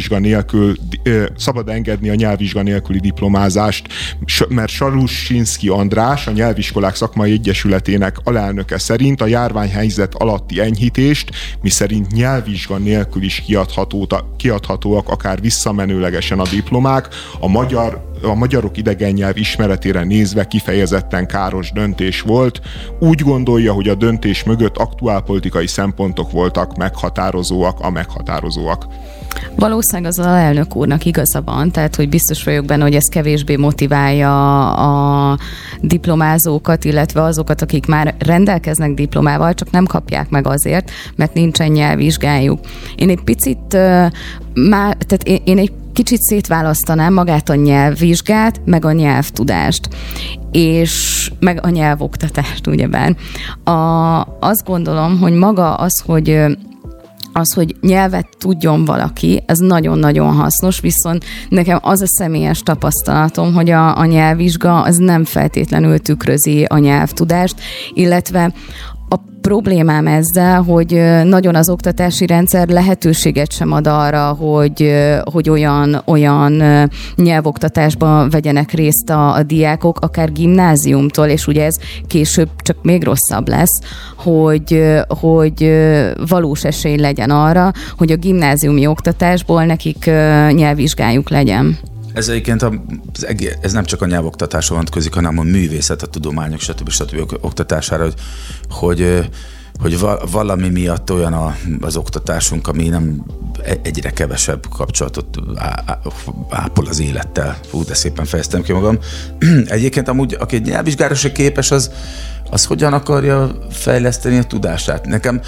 nyelvvizsga nélküli diplomázást, mert Salusinszky András, a Nyelviskolák Szakmai Egyesületének alelnöke szerint a járványhelyzet alatti enyhítést, miszerint nyelvvizsga nélkül is kiadhatóak akár visszamenőlegesen a diplomák, a magyarok idegen nyelv ismeretére nézve kifejezetten káros döntés volt. Úgy gondolja, hogy a döntés mögött aktuálpolitikai szempontok voltak meghatározóak. Valószínűleg az alelnök úrnak igaza van, tehát hogy biztos vagyok benne, hogy ez kevésbé motiválja a diplomázókat, illetve azokat, akik már rendelkeznek diplomával, csak nem kapják meg azért, mert nincsen nyelvvizsgájuk. Én egy picit én egy kicsit szétválasztanám magát a nyelvvizsgát, meg a nyelvtudást, és meg a nyelvoktatást, ugyebár. Azt gondolom, hogy maga az, hogy nyelvet tudjon valaki, ez nagyon-nagyon hasznos, viszont nekem az a személyes tapasztalatom, hogy a nyelvvizsga az nem feltétlenül tükrözi a nyelvtudást, illetve a problémám ezzel, hogy nagyon az oktatási rendszer lehetőséget sem ad arra, hogy olyan nyelvoktatásban vegyenek részt a diákok, akár gimnáziumtól, és ugye ez később csak még rosszabb lesz, hogy valós esély legyen arra, hogy a gimnáziumi oktatásból nekik nyelvvizsgájuk legyen. Ez egyébként ez nem csak a nyelvoktatásra vonatkozik, hanem a művészet, a tudományok, stb. Oktatására, hogy valami miatt olyan az oktatásunk, ami nem egyre kevesebb kapcsolatot ápol az élettel. Fú, de szépen fejeztem ki magam. Egyébként amúgy, aki egy nyelvvizsgára se képes, az hogyan akarja fejleszteni a tudását? Nekem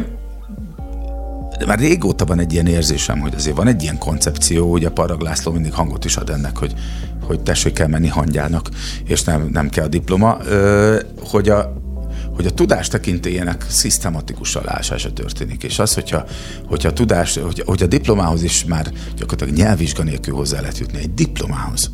már régóta van egy ilyen érzésem, hogy azért van egy ilyen koncepció, hogy a Parag László mindig hangot is ad ennek, hogy tessék kell menni hangyának, és nem kell a diploma, hogy a tudás tekintélyének szisztematikus aláásása történik. És az, hogyha a diplomához is már gyakorlatilag nyelvvizsga nélkül hozzá lehet jutni egy diplomához,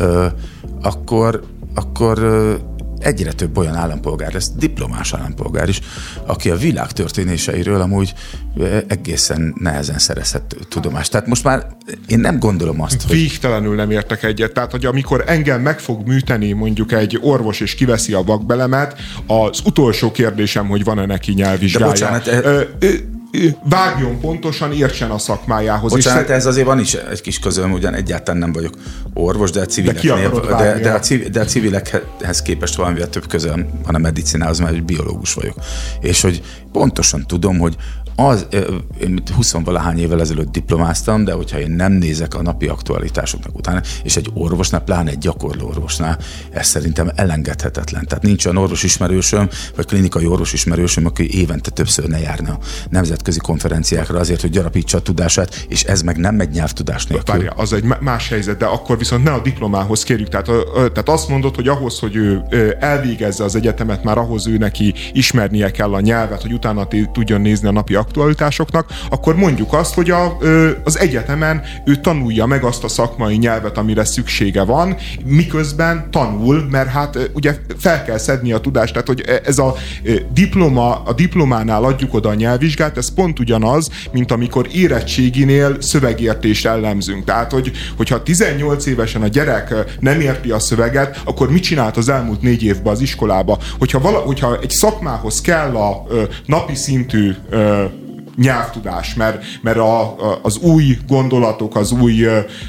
akkor egyre több olyan állampolgár lesz, diplomás állampolgár is, aki a világ történéseiről amúgy egészen nehezen szerezhet tudomást. Tehát most már én nem gondolom azt, hogy... Végtelenül nem értek egyet. Tehát, hogy amikor engem meg fog műteni mondjuk egy orvos és kiveszi a vakbelemet, az utolsó kérdésem, hogy van-e neki nyelvvizsgája. De bocsánat, vágjon pontosan, értsen a szakmájához. Bocsánat, ez azért van is egy kis közöm, ugyan egyáltalán nem vagyok orvos, de a civilekhez képest valamivel több közöm van a medicinához, mert biológus vagyok. És hogy pontosan tudom, hogy én 20-valahány évvel ezelőtt diplomáztam, de hogyha én nem nézek a napi aktualitásoknak utána, és egy orvosnál, pláne egy gyakorló orvosnál, ez szerintem elengedhetetlen. Tehát nincs olyan orvosismerősöm, vagy klinikai orvosismerősöm, aki évente többször ne járna nemzetközi konferenciákra azért, hogy gyarapítsa a tudását, és ez meg nem megy nyelvtudás nélkül. Várja, az egy más helyzet, de akkor viszont ne a diplomához kérjük. Tehát azt mondod, hogy ahhoz, hogy ő elvégezze az egyetemet, már ahhoz ő neki ismernie kell a nyelvet, hogy utána tudjon nézni a napi aktualitásoknak, akkor mondjuk azt, hogy az egyetemen ő tanulja meg azt a szakmai nyelvet, amire szüksége van, miközben tanul, mert hát ugye fel kell szedni a tudást, tehát hogy ez a diplománál adjuk oda a nyelvvizsgát, ez pont ugyanaz, mint amikor érettséginél szövegértést ellenzünk. Tehát, hogyha 18 évesen a gyerek nem érti a szöveget, akkor mit csinált az elmúlt 4 évben az iskolába? Hogyha egy szakmához kell a napi szintű nyelvtudás, mert az új gondolatok, az új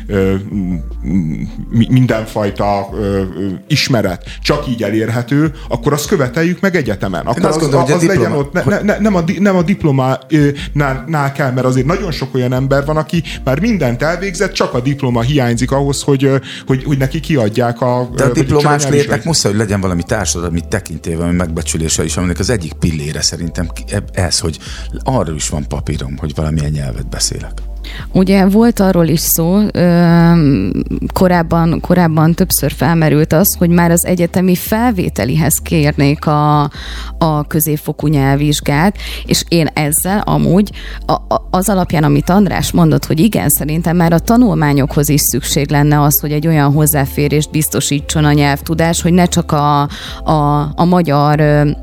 mindenfajta ismeret csak így elérhető, akkor azt követeljük meg egyetemen. Akkor az legyen ott, nem a diplománál kell, mert azért nagyon sok olyan ember van, aki már mindent elvégzett, csak a diploma hiányzik ahhoz, hogy neki kiadják de a diplomás létnek muszáj, hogy legyen valami társadalmi tekintély, valami megbecsülése is, aminek az egyik pillére szerintem ez, hogy arra is van papírom, hogy valamilyen nyelvet beszélek. Ugye volt arról is szó, korábban többször felmerült az, hogy már az egyetemi felvételihez kérnék a középfokú nyelvvizsgát, és én ezzel amúgy az alapján, amit András mondott, hogy igen, szerintem már a tanulmányokhoz is szükség lenne az, hogy egy olyan hozzáférést biztosítson a nyelvtudás, hogy ne csak a magyar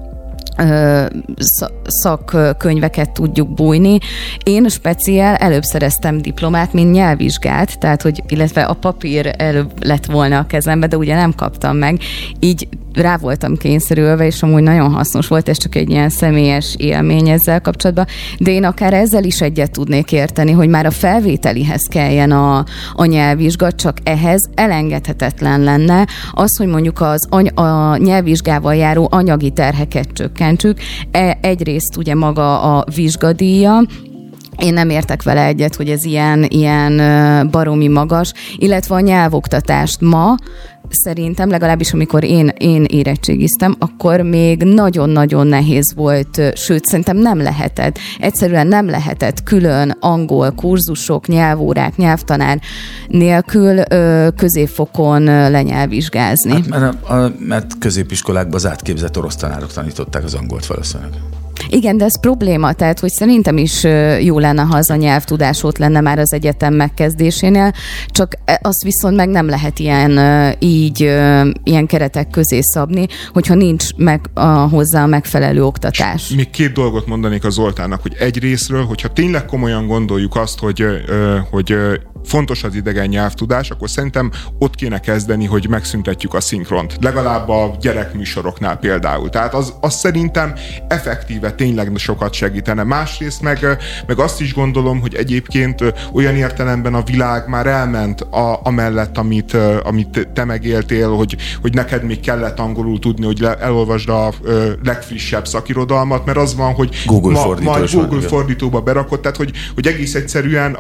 szakkönyveket tudjuk bújni. Én speciál előbb szereztem diplomát, mint nyelvvizsgát, tehát, hogy illetve a papír előbb lett volna a kezembe, de ugye nem kaptam meg. Így rá voltam kényszerülve, és amúgy nagyon hasznos volt, ez csak egy ilyen személyes élmény ezzel kapcsolatban, de én akár ezzel is egyet tudnék érteni, hogy már a felvételihez kelljen a nyelvvizsga, csak ehhez elengedhetetlen lenne az, hogy mondjuk a nyelvvizsgával járó anyagi terheket csökkentsük. Egyrészt ugye maga a vizsgadíja, én nem értek vele egyet, hogy ez ilyen baromi magas, illetve a nyelvoktatást ma szerintem, legalábbis amikor én érettségiztem, akkor még nagyon-nagyon nehéz volt, sőt, szerintem nem lehetett. Egyszerűen nem lehetett külön angol kurzusok, nyelvórák, nyelvtanár nélkül középfokon lenyelvvizsgázni. Hát, mert középiskolákban az átképzett orosz tanárok tanították az angolt valószínűleg. Igen, de ez probléma, tehát hogy szerintem is jó lenne, ha az a nyelvtudás ott lenne már az egyetem megkezdésénél, csak azt viszont meg nem lehet ilyen keretek közé szabni, hogyha nincs hozzá a megfelelő oktatás. Még 2 dolgot mondanék a Zoltánnak, hogy egyrészről, hogyha tényleg komolyan gondoljuk azt, hogy fontos az idegen nyelvtudás, akkor szerintem ott kéne kezdeni, hogy megszüntetjük a szinkront. Legalább a gyerekműsoroknál például. Tehát az szerintem effektíve tényleg sokat segítene. Másrészt meg azt is gondolom, hogy egyébként olyan értelemben a világ már elment amellett, amit te megéltél, hogy neked még kellett angolul tudni, hogy elolvasd a legfrissebb szakirodalmat, mert az van, hogy majd Google fordítóba berakod, tehát hogy egész egyszerűen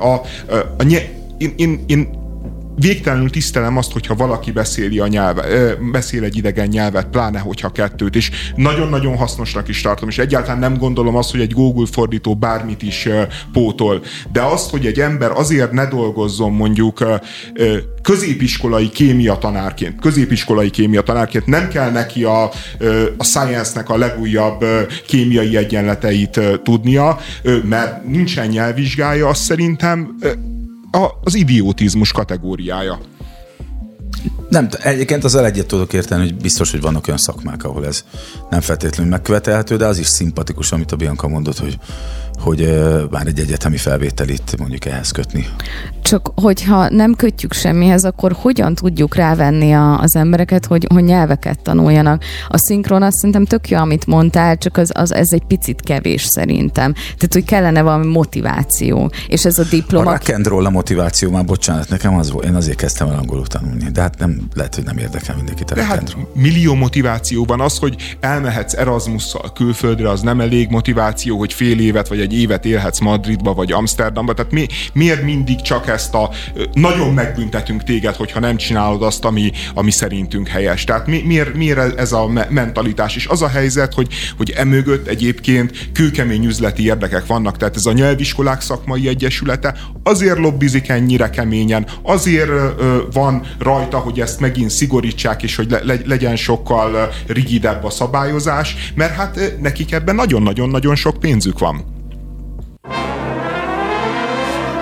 én végtelenül tisztelem azt, hogyha valaki beszél egy idegen nyelvet, pláne hogyha 2, és nagyon-nagyon hasznosnak is tartom, és egyáltalán nem gondolom azt, hogy egy Google fordító bármit is pótol. De azt, hogy egy ember azért ne dolgozzon mondjuk középiskolai kémia tanárként, nem kell neki a science-nek a legújabb kémiai egyenleteit tudnia, mert nincsen nyelvvizsgája, az szerintem az idiotizmus kategóriája. Nem, egyébként azzal egyet tudok érteni, hogy biztos, hogy vannak olyan szakmák, ahol ez nem feltétlenül megkövetelhető, de az is szimpatikus, amit a Bianca mondott, hogy már egy egyetemi felvételit mondjuk ehhez kötni. Csak hogyha nem kötjük semmihez, akkor hogyan tudjuk rávenni az embereket, hogy nyelveket tanuljanak? A szinkron azt szerintem tök jó, amit mondtál, csak ez egy picit kevés szerintem. Tehát, hogy kellene valami motiváció. És ez a diploma... A rock and roll a motiváció, már bocsánat, nekem az volt, én azért kezdtem el angolul tanulni, de hát nem, lehet, hogy nem érdekel mindenkit a rock and roll. Millió motiváció van, az, hogy elmehetsz Erasmusszal külföldre, az nem elég motiváció, hogy fél évet vagy egy évet élhetsz Madridba vagy Amsterdamba, tehát miért mindig csak ezt nagyon megbüntetünk téged, hogyha nem csinálod azt, ami szerintünk helyes. Tehát miért ez a mentalitás? És az a helyzet, hogy emögött egyébként kőkemény üzleti érdekek vannak, tehát ez a nyelviskolák szakmai egyesülete azért lobbizik ennyire keményen, azért van rajta, hogy ezt megint szigorítsák, és hogy legyen sokkal rigidebb a szabályozás, mert hát nekik ebben nagyon-nagyon-nagyon sok pénzük van.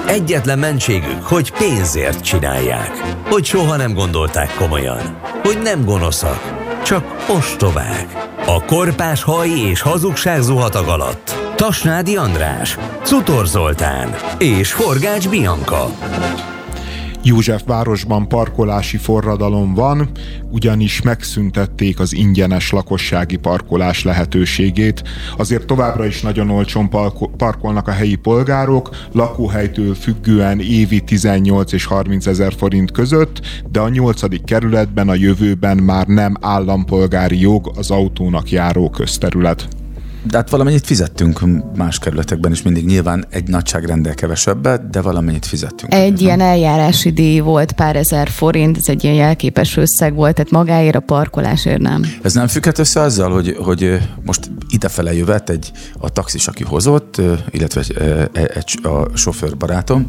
Egyetlen mentségük, hogy pénzért csinálják. Hogy soha nem gondolták komolyan. Hogy nem gonoszak, csak ostobák. A korpás haj és hazugság zuhatag alatt Tasnádi András, Cutor Zoltán és Forgács Bianca. Józsefvárosban parkolási forradalom van, ugyanis megszüntették az ingyenes lakossági parkolás lehetőségét. Azért továbbra is nagyon olcsón parkolnak a helyi polgárok, lakóhelytől függően évi 18 és 30 ezer forint között, de a 8. kerületben a jövőben már nem állampolgári jog az autónak járó közterület. De hát valamennyit fizettünk más kerületekben is, mindig nyilván egy nagyságrendel kevesebbet, de valamennyit fizettünk. Egy ilyen eljárási díj volt, pár ezer forint, ez egy ilyen jelképes összeg volt, tehát magáért a parkolásért nem. Ez nem függhet össze azzal, hogy most idefele jövet a taxis, aki hozott, illetve a sofőrbarátom,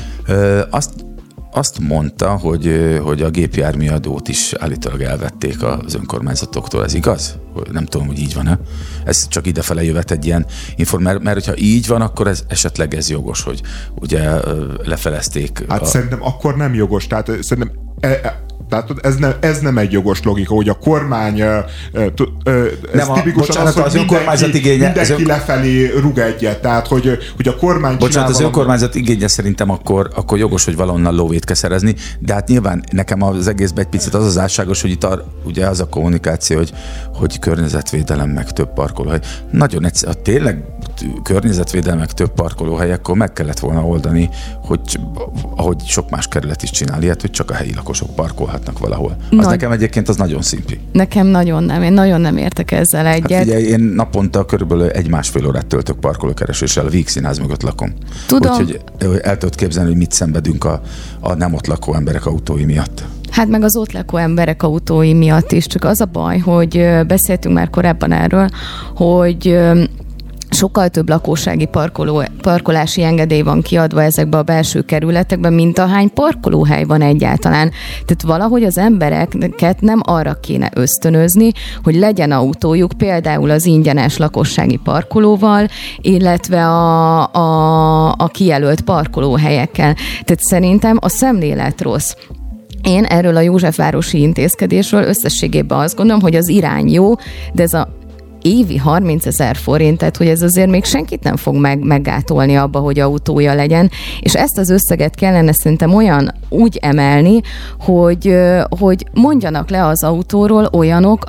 azt mondta, hogy a gépjárműadót is állítólag elvették az önkormányzatoktól. Ez igaz? Nem tudom, hogy így van-e. Ez csak idefele jövet egy ilyen mert hogyha így van, akkor esetleg ez jogos, hogy ugye lefelezték. Hát szerintem akkor nem jogos. Tehát szerintem ez nem egy jogos logika, hogy a kormány ez tipikusan az önkormányzat igénye. Mindenki lefelé rúg egyet. Tehát, hogy a kormány bocsánat, az önkormányzat igénye szerintem akkor jogos, hogy valahonnan lóvét kell szerezni, de hát nyilván nekem az egészben egy picit az álságos, hogy itt ugye az a kommunikáció, hogy környezetvédelem meg több parkolóhely. Nagyon egyszerű, ha tényleg környezetvédelem meg több parkolóhely, akkor meg kellett volna oldani, hogy ahogy sok más kerület is csinál ilyet, hogy csak a helyi lakosok parkolhatnak valahol. Nekem egyébként az nagyon szimpi. Nekem nagyon nem. Én nagyon nem értek ezzel egyet. Hát figyelj, én naponta körülbelül 1,5 órát töltök parkolókereséssel, a Víg Színház mögött lakom. Tudom. Úgyhogy el tudod képzelni, hogy mit szenvedünk a nem ott lakó emberek autói miatt. Hát meg az ott lakó emberek autói miatt is. Csak az a baj, hogy beszéltünk már korábban erről, hogy sokkal több lakossági parkolási engedély van kiadva ezekbe a belső kerületekben, mint ahány parkolóhely van egyáltalán. Tehát valahogy az embereket nem arra kéne ösztönözni, hogy legyen autójuk például az ingyenes lakossági parkolóval, illetve a kijelölt parkolóhelyekkel. Tehát szerintem a szemlélet rossz. Én erről a józsefvárosi intézkedésről összességében azt gondolom, hogy az irány jó, de ez a évi 30 000 forint, tehát hogy ez azért még senkit nem fog meggátolni abba, hogy autója legyen, és ezt az összeget kellene szerintem úgy emelni, hogy mondjanak le az autóról olyanok,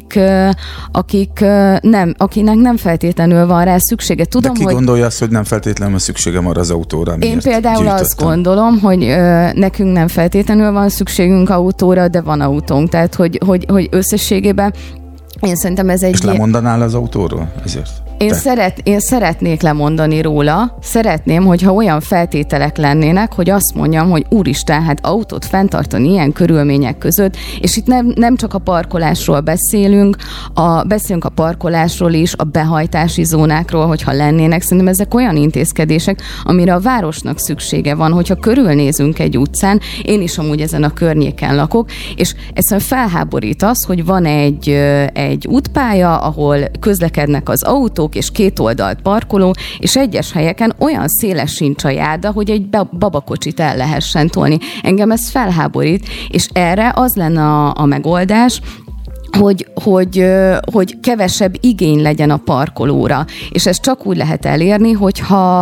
akinek nem feltétlenül van rá szüksége. Tudom, de ki gondolja azt, hogy nem feltétlenül van szükségem arra az autóra? Én például azt gondolom, hogy nekünk nem feltétlenül van szükségünk autóra, de van autónk, tehát hogy összességében én szerintem ez egy... És lemondanál az autóról ezért? Én szeretnék lemondani róla, szeretném, hogyha olyan feltételek lennének, hogy azt mondjam, hogy úristen, hát autót fenntartani ilyen körülmények között, és itt nem csak a parkolásról beszélünk a parkolásról is, a behajtási zónákról, hogyha lennének. Szerintem ezek olyan intézkedések, amire a városnak szüksége van, hogyha körülnézünk egy utcán, én is amúgy ezen a környéken lakok, és egyszerűen felháborít az, hogy van egy útpálya, ahol közlekednek az autók, és két oldalt parkoló, és egyes helyeken olyan széles sincs a járda, hogy egy babakocsit el lehessen tolni. Engem ez felháborít, és erre az lenne a megoldás, hogy kevesebb igény legyen a parkolóra. És ezt csak úgy lehet elérni, hogy ha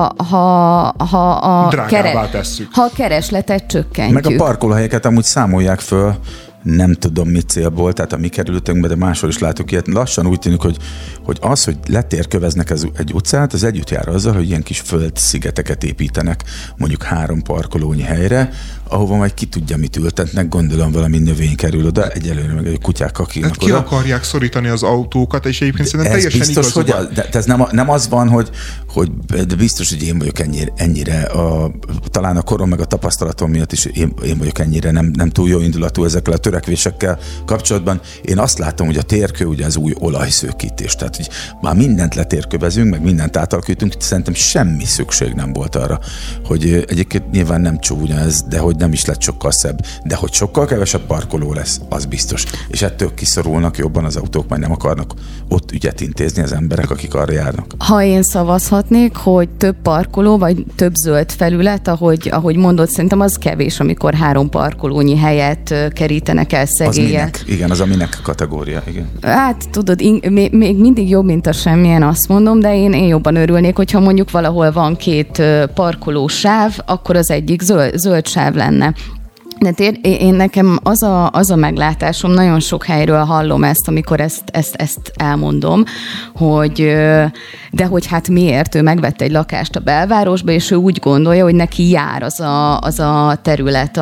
a keresletet csökkentjük. Meg a parkolóhelyeket amúgy számolják föl, nem tudom mit célból, tehát a mi kerültünkben, de máshol is látok ilyet. Lassan úgy tűnik, hogy az, hogy letérköveznek egy utcát, az együtt jár azzal, hogy ilyen kis földszigeteket építenek mondjuk 3 parkolónyi helyre, ahova majd ki tudja, mit ültetnek, gondolom valami növény kerül oda, egyelőre meg egy kutyák akinak oda. Ki akarják szorítani az autókat, és egyébként szerintem teljesen biztos, hogy ez nem az van, hogy de biztos, hogy én vagyok ennyire talán a korom meg a tapasztalatom miatt is én vagyok ennyire nem túl jó indulatú ezekkel a törekvésekkel kapcsolatban. Én azt látom, hogy a térkő ugye az új olajszőkítés, tehát hogy már mindent letérkövezünk, meg mindent átalakítunk, szerintem semmi szükség nem volt arra, hogy egyébként nyilván nem csúnya ez, de hogy nem is lett sokkal szebb, de hogy sokkal kevesebb parkoló lesz, az biztos. És ettől kiszorulnak jobban az autók, majd nem akarnak ott ügyet intézni az emberek, akik arra járnak. Ha én szavazhatnék, hogy több parkoló, vagy több zöld felület, ahogy mondod, szerintem az kevés, amikor 3 parkolónyi helyet kerítenek el szegélyen. Az minek? Igen, az a minek kategória, igen. Hát tudod, még mindig jobb, mint a semmilyen, azt mondom, de én jobban örülnék, hogyha mondjuk valahol van 2 parkolósáv, akkor az egyik zöld sáv lenne. De én nekem az a meglátásom, nagyon sok helyről hallom ezt, amikor ezt elmondom, hogy de hogy hát miért, ő megvette egy lakást a belvárosba, és ő úgy gondolja, hogy neki jár az a terület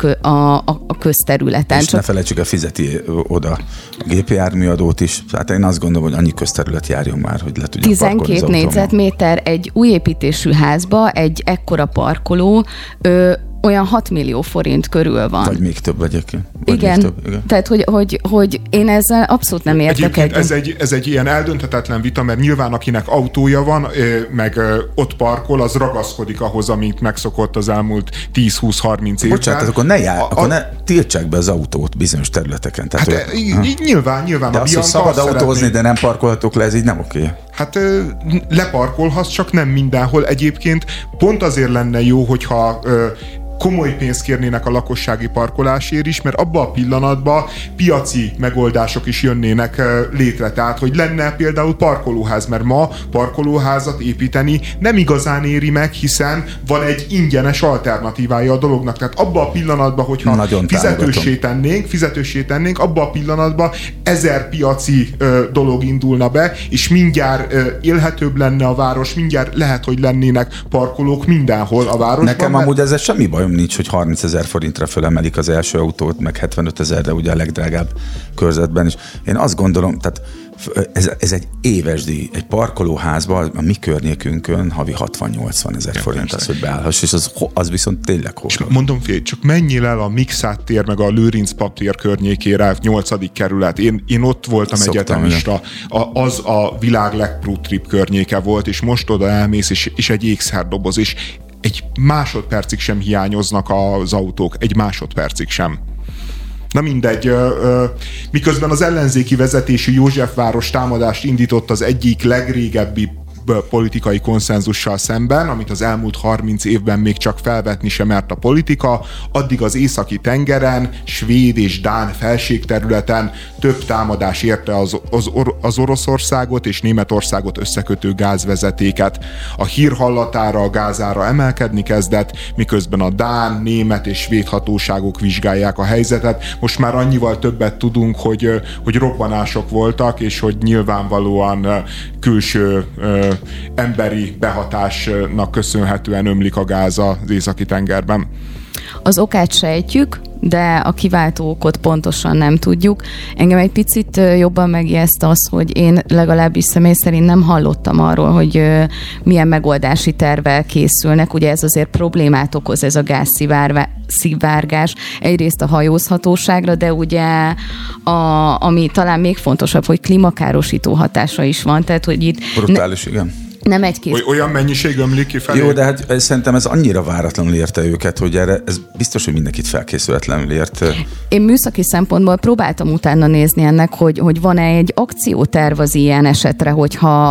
a közterületen. És ne felejtsük, el fizeti oda a gépjárműadót is. Hát én azt gondolom, hogy annyi közterület járjon már, hogy le tudja parkolni az 12 négyzetméter egy új építésű házba, egy ekkora parkoló, olyan 6 millió forint körül van. Vagy még több egyébként. Igen. Tehát, hogy én ezzel abszolút nem értek egyet. Ez egy ilyen eldönthetetlen vita, mert nyilván akinek autója van, meg ott parkol, az ragaszkodik ahhoz, amit megszokott az elmúlt 10-20-30 évben. Bocsánat, akkor ne tiltsák be az autót bizonyos területeken. Tehát, hát nyilván de a azt, hogy szabad autózni, de nem parkolhatok le, ez így nem oké. Hát leparkolhatsz, csak nem mindenhol. Egyébként pont azért lenne jó, hogyha komoly pénzt kérnének a lakossági parkolásért is, mert abban a pillanatban piaci megoldások is jönnének létre. Tehát, hogy lenne például parkolóház, mert ma parkolóházat építeni nem igazán éri meg, hiszen van egy ingyenes alternatívája a dolognak. Tehát abban a pillanatban, hogyha fizetőssé tennénk, abban a pillanatban 1000 piaci dolog indulna be, és mindjárt élhetőbb lenne a város, mindjárt lehet, hogy lennének parkolók mindenhol a városban. Nekem amúgy ezzel semmi bajom nincs, hogy 30 000 forintra fölemelik az első autót, meg 75 000, de ugye a legdrágább körzetben is. Én azt gondolom, tehát ez egy éves díj. Egy parkolóházban a mi környékünkön havi 60-80 000 forint az, hogy beállhass, és az viszont tényleg horror. Mondom fél, csak menjél el a Mikszát tér, meg a Lőrinc paptér környékére, 8. kerület. Én ott voltam egyetemista. Az a világ legprútribb környéke volt, és most oda elmész, és egy ékszerdoboz, és egy másodpercig sem hiányoznak az autók. Egy másodpercig sem. Na mindegy, miközben az ellenzéki vezetésű Józsefváros támadást indított az egyik legrégebbi politikai konszenzussal szemben, amit az elmúlt 30 évben még csak felvetni sem mert a politika, addig az északi tengeren, svéd és dán felségterületen több támadás érte az Oroszországot és Németországot összekötő gázvezetéket. A hír hallatára a gázára emelkedni kezdett, miközben a dán, német és svéd hatóságok vizsgálják a helyzetet. Most már annyival többet tudunk, hogy robbanások voltak, és hogy nyilvánvalóan külső emberi behatásnak köszönhetően ömlik a gáz az északi tengerben. Az okát sejtjük, de a kiváltó okot pontosan nem tudjuk. Engem egy picit jobban megijeszt az, hogy én legalábbis személy szerint nem hallottam arról, hogy milyen megoldási tervvel készülnek. Ugye ez azért problémát okoz, ez a gázszivárgás. Egyrészt a hajózhatóságra, de ugye ami talán még fontosabb, hogy klímakárosító hatása is van. Tehát, hogy itt brutális, igen. Nem egy-két. Olyan mennyiség ömlik ki felé. Jó, de hát szerintem ez annyira váratlanul érte őket, hogy erre ez biztos, hogy mindenkit felkészületlenül ért. Én műszaki szempontból próbáltam utána nézni ennek, hogy van-e egy akcióterv az ilyen esetre, hogyha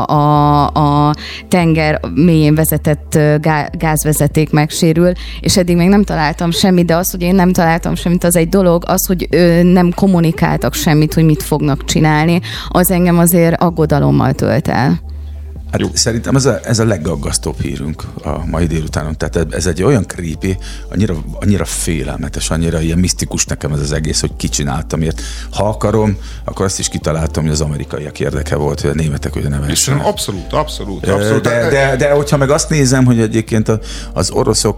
a tenger mélyén vezetett gázvezeték megsérül, és eddig még nem találtam semmit, de az, hogy én nem találtam semmit, az egy dolog, az, hogy nem kommunikáltak semmit, hogy mit fognak csinálni, az engem azért aggodalommal tölt el. Hát szerintem ez a legaggasztóbb hírünk a mai délutánon. Tehát ez egy olyan creepy, annyira félelmetes, annyira ilyen misztikus nekem ez az egész, hogy ki csináltam ért. Ha akarom, akkor azt is kitaláltam, hogy az amerikaiak érdeke volt, hogy a németek ugye ne versenek. Abszolút. De hogyha meg azt nézem, hogy egyébként az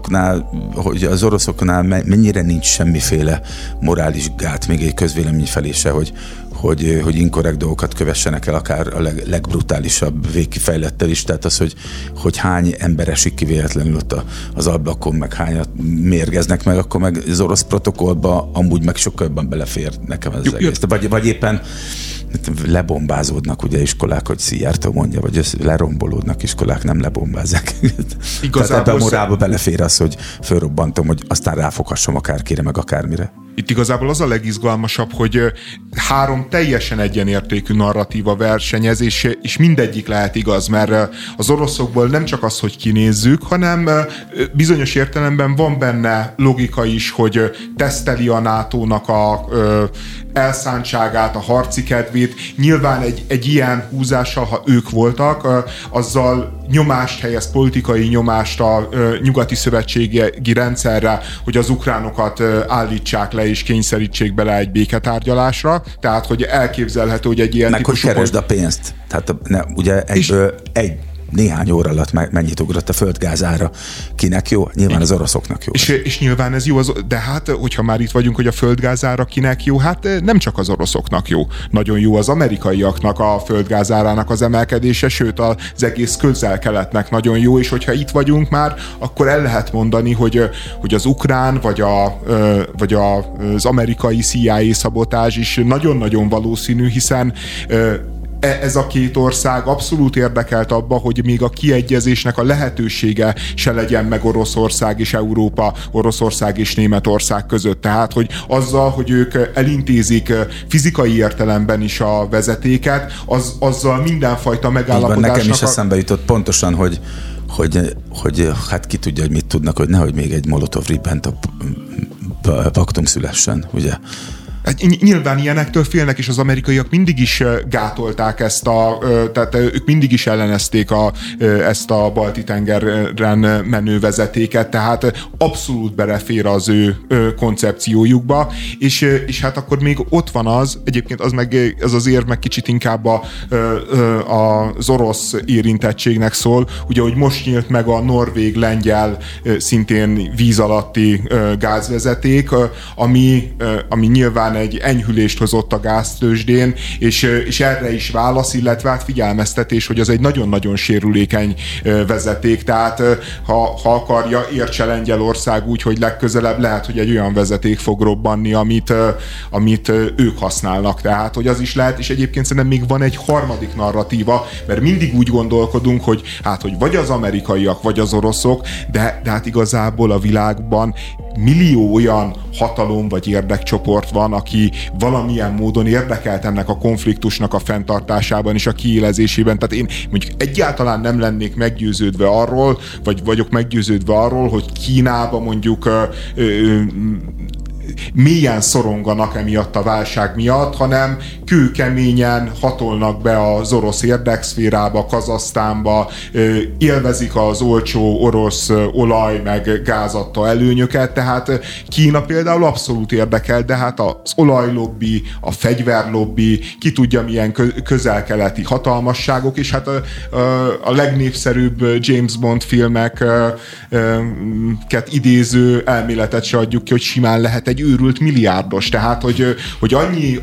oroszoknál mennyire nincs semmiféle morális gát még egy közvélemény felé se, hogy inkorrekt dolgokat kövessenek el, akár a legbrutálisabb végkifejlettel is. Tehát az, hogy hány ember esik ki véletlenül ott az ablakon, meg hányat mérgeznek meg, akkor meg az orosz protokollba amúgy meg sokkal jobban belefér nekem ez az egész. Vagy éppen lebombázódnak ugye iskolák, hogy Szijjártó mondja, vagy lerombolódnak iskolák, nem lebombázzák. Tehát ebben a morálba belefér az, hogy fölrobbantom, hogy aztán ráfoghassam akárkire, meg akármire. Itt igazából az a legizgalmasabb, hogy 3 teljesen egyenértékű narratíva versenyez, és mindegyik lehet igaz, mert az oroszokból nem csak az, hogy kinézzük, hanem bizonyos értelemben van benne logika is, hogy teszteli a NATO-nak a elszántságát, a harci kedvét. Nyilván egy ilyen húzással, ha ők voltak, azzal nyomást helyez, politikai nyomást a nyugati szövetségi rendszerre, hogy az ukránokat állítsák le és kényszerítsék bele egy béketárgyalásra. Tehát, hogy elképzelhető, hogy egy ilyen meg típusú... Meg hogy keresd a pénzt. Tehát ugye néhány óra alatt mennyit ugrott a földgázára. Kinek jó? Nyilván az oroszoknak jó. És nyilván ez jó, de hát, hogyha már itt vagyunk, hogy a földgázára kinek jó, hát nem csak az oroszoknak jó. Nagyon jó az amerikaiaknak a földgázárának az emelkedése, sőt az egész közel-keletnek nagyon jó, és hogyha itt vagyunk már, akkor el lehet mondani, hogy az ukrán, vagy az amerikai CIA szabotázs is nagyon-nagyon valószínű, hiszen ez a két ország abszolút érdekelt abba, hogy még a kiegyezésnek a lehetősége se legyen meg Oroszország és Európa, Oroszország és Németország között. Tehát, hogy azzal, hogy ők elintézik fizikai értelemben is a vezetéket, azzal mindenfajta megállapodásnak... Nekem is eszembe jutott pontosan, hogy hát ki tudja, hogy mit tudnak, hogy nehogy még egy Molotov-Ribbentrop paktum szülessen, ugye? Hát nyilván ilyenektől félnek, és az amerikaiak mindig is gátolták tehát ők mindig is ellenezték ezt a Balti-tengeren menő vezetéket, tehát abszolút belefér az ő koncepciójukba, és hát akkor még ott van egyébként az az érv meg kicsit inkább az orosz érintettségnek szól, ugye, hogy most nyílt meg a norvég-lengyel szintén víz alatti gázvezeték, ami nyilván egy enyhülést hozott a gáztőzsdén, és erre is válasz, illetve hát figyelmeztetés, hogy az egy nagyon-nagyon sérülékeny vezeték, tehát ha akarja, értse Lengyelország úgy, hogy legközelebb lehet, hogy egy olyan vezeték fog robbanni, amit ők használnak, tehát hogy az is lehet, és egyébként szerintem még van egy harmadik narratíva, mert mindig úgy gondolkodunk, hogy vagy az amerikaiak, vagy az oroszok, de hát igazából a világban millió olyan hatalom vagy érdekcsoport van, aki valamilyen módon érdekelt ennek a konfliktusnak a fenntartásában és a kiélezésében. Tehát én mondjuk egyáltalán nem lennék meggyőződve arról, vagy vagyok meggyőződve arról, hogy Kínában mondjuk mélyen szoronganak emiatt a válság miatt, hanem kőkeményen hatolnak be az orosz érdekszférába, Kazahsztánba, élvezik az olcsó orosz olaj meg gázadta előnyöket, tehát Kína például abszolút érdekel, de hát az olajlobbi, a fegyverlobbi, ki tudja milyen közel-keleti hatalmasságok, és hát a legnépszerűbb James Bond filmeket idéző elméletet se adjuk ki, hogy simán lehet egy őrült milliárdos, tehát hogy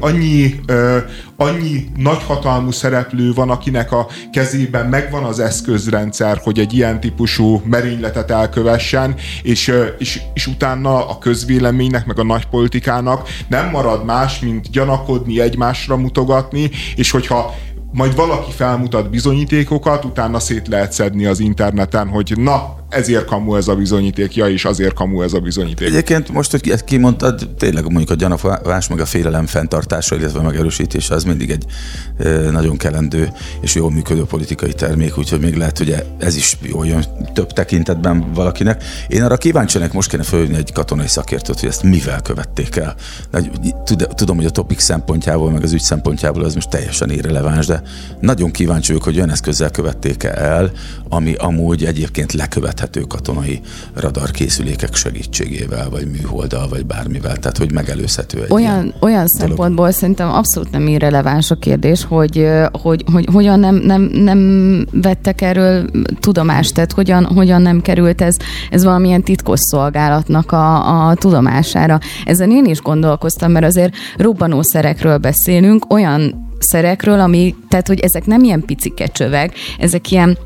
annyi nagyhatalmú szereplő van, akinek a kezében megvan az eszközrendszer, hogy egy ilyen típusú merényletet elkövessen, és utána a közvéleménynek, meg a nagypolitikának nem marad más, mint gyanakodni, egymásra mutogatni, és hogyha majd valaki felmutat bizonyítékokat, utána szét lehet szedni az interneten, hogy na, ezért kamu ez a bizonyíték, és azért kamu ez a bizonyíték. Egyébként most, hogy ezt kimondtad, tényleg mondjuk a gyanakvás, meg a félelem fenntartása, illetve megerősítése, az mindig egy nagyon kelendő és jól működő politikai termék, úgyhogy még lehet, hogy ez is jól jön több tekintetben valakinek. Én arra kíváncsiak, most kéne fölhívni egy katonai szakértőt, hogy ezt mivel követték el. Tudom, hogy a topik szempontjából, meg az ügy szempontjából az most teljesen irreleváns, de nagyon kíváncsi vagyok, hogy olyan eszközzel követték el, ami amúgy egyébként lekövethető katonai radarkészülékek segítségével, vagy műholddal, vagy bármivel, tehát hogy megelőzhető egy olyan szempontból szerintem abszolút nem irreleváns a kérdés, hogy hogyan nem vettek erről tudomást, tehát hogyan nem került ez valamilyen titkosszolgálatnak a tudomására. Ezen én is gondolkoztam, mert azért robbanószerekről beszélünk, olyan szerekről, tehát hogy ezek nem ilyen picike csövek, ezek ilyen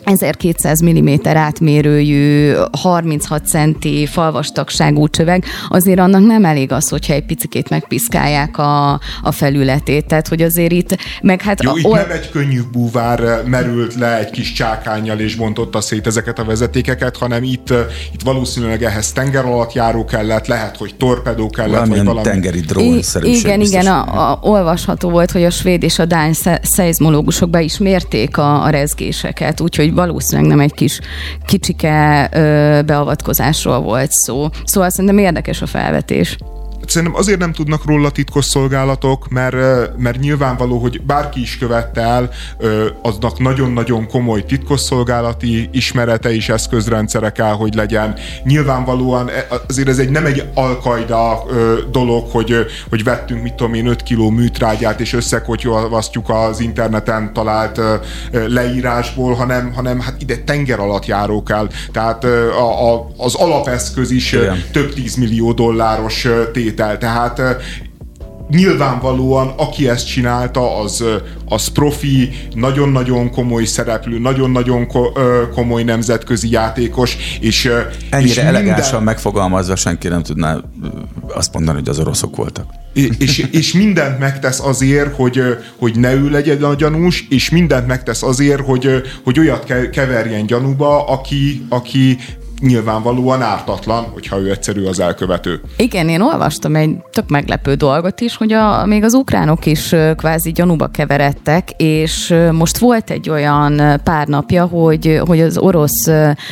1200 mm átmérőjű, 36 centi falvastagságú csöveg, azért annak nem elég az, hogyha egy picikét megpiszkálják a felületét. Tehát, hogy azért itt, meg hát... Jó, itt nem egy könnyű búvár merült le egy kis csákánnyal és bontotta szét ezeket a vezetékeket, hanem itt valószínűleg ehhez tengeralattjáró kellett, lehet, hogy torpedó kellett, vagy valami... tengeri drónszerűség. Igen, olvasható volt, hogy a svéd és a dán szeizmológusok be is mérték a rezgéseket, úgyhogy valószínűleg nem egy kis kicsike beavatkozásról volt szó. Szóval szerintem érdekes a felvetés. Szerintem azért nem tudnak róla titkosszolgálatok, mert nyilvánvaló, hogy bárki is követte el, aznak nagyon-nagyon komoly titkosszolgálati ismerete és eszközrendszere kell, hogy legyen. Nyilvánvalóan azért nem egy Al-Qaida dolog, hogy vettünk, mit tudom én, 5 kiló műtrágyát és összekotyolvasztjuk az interneten talált leírásból, hanem hát ide tengeralattjáró kell. Tehát az alapeszköz is több 10 millió dolláros tétel. Tehát nyilvánvalóan, aki ezt csinálta, az profi, nagyon-nagyon komoly szereplő, nagyon-nagyon komoly nemzetközi játékos, és ennyire elegánsan megfogalmazva senki nem tudná azt mondani, hogy az oroszok voltak. És mindent megtesz azért, hogy ne ő legyen a gyanús, és mindent megtesz azért, hogy olyat keverjen gyanúba, aki nyilvánvalóan ártatlan, hogyha ő egyszerű az elkövető. Igen, én olvastam egy tök meglepő dolgot is, hogy még az ukránok is kvázi gyanúba keveredtek, és most volt egy olyan pár napja, hogy az orosz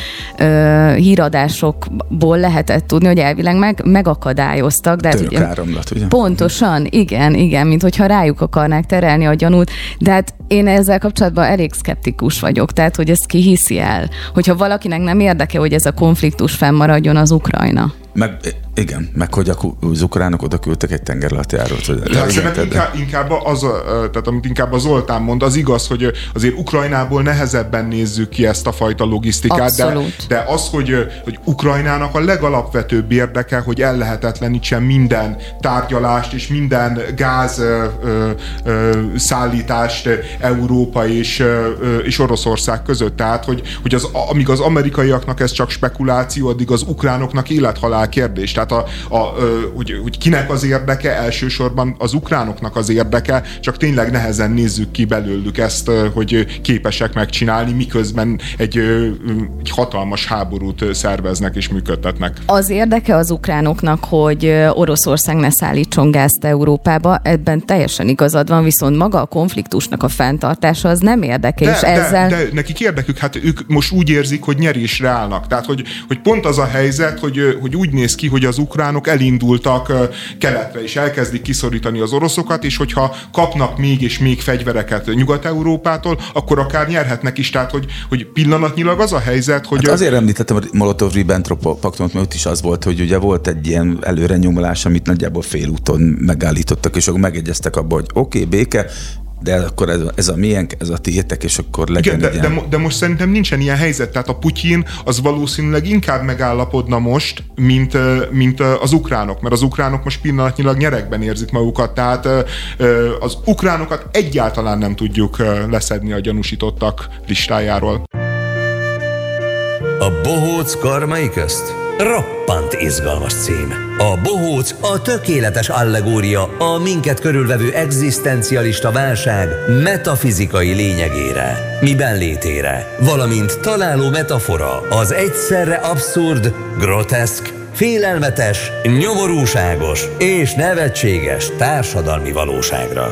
híradásokból lehetett tudni, hogy elvileg megakadályoztak. De török áramlat, ugye? Pontosan, igen, mint hogyha rájuk akarnák terelni a gyanút, de hát én ezzel kapcsolatban elég szkeptikus vagyok, tehát hogy ezt ki hiszi el. Hogyha valakinek nem érdeke, hogy ez a konfliktus fennmaradjon, az Ukrajna. Meg hogy az ukránok oda küldtek egy tengeralattjárót. Inkább tehát amit inkább a Zoltán mond, az igaz, hogy azért Ukrajnából nehezebben nézzük ki ezt a fajta logisztikát, de az, hogy Ukrajnának a legalapvetőbb érdeke, hogy ellehetetlenítsen minden tárgyalást és minden gáz szállítást Európa és Oroszország között. Tehát, hogy amíg az amerikaiaknak ez csak spekuláció, addig az ukránoknak élethalál kérdés. Tehát hogy kinek az érdeke, elsősorban az ukránoknak az érdeke, csak tényleg nehezen nézzük ki belőlük ezt, hogy képesek megcsinálni, miközben egy hatalmas háborút szerveznek és működtetnek. Az érdeke az ukránoknak, hogy Oroszország ne szállítson gázt Európába, ebben teljesen igazad van, viszont maga a konfliktusnak a fenntartása az nem érdeke. De nekik érdekük, hát ők most úgy érzik, hogy nyerésre állnak. Tehát, hogy pont az a helyzet, hogy úgy néz ki, hogy az ukránok elindultak keletre, és elkezdik kiszorítani az oroszokat, és hogyha kapnak még és még fegyvereket Nyugat-Európától, akkor akár nyerhetnek is. Tehát, hogy pillanatnyilag az a helyzet, hogy... Hát azért említettem a Molotov-Ribbentrop paktumot, mert ott is az volt, hogy ugye volt egy ilyen előrenyomulás, amit nagyjából félúton megállítottak, és akkor megegyeztek abban, hogy oké, béke, de akkor ez a miénk, ez a tiétek, és akkor legyen. Igen, de most szerintem nincsen ilyen helyzet. Tehát a Putyin az valószínűleg inkább megállapodna most, mint az ukránok, mert az ukránok most pillanatnyilag nyeregben érzik magukat. Tehát az ukránokat egyáltalán nem tudjuk leszedni a gyanúsítottak listájáról. A Bohóc karmai közt roppant izgalmas cím. A Bohóc a tökéletes allegória a minket körülvevő egzisztencialista válság metafizikai lényegére, miben létére, valamint találó metafora az egyszerre abszurd, groteszk, félelmetes, nyomorúságos és nevetséges társadalmi valóságra.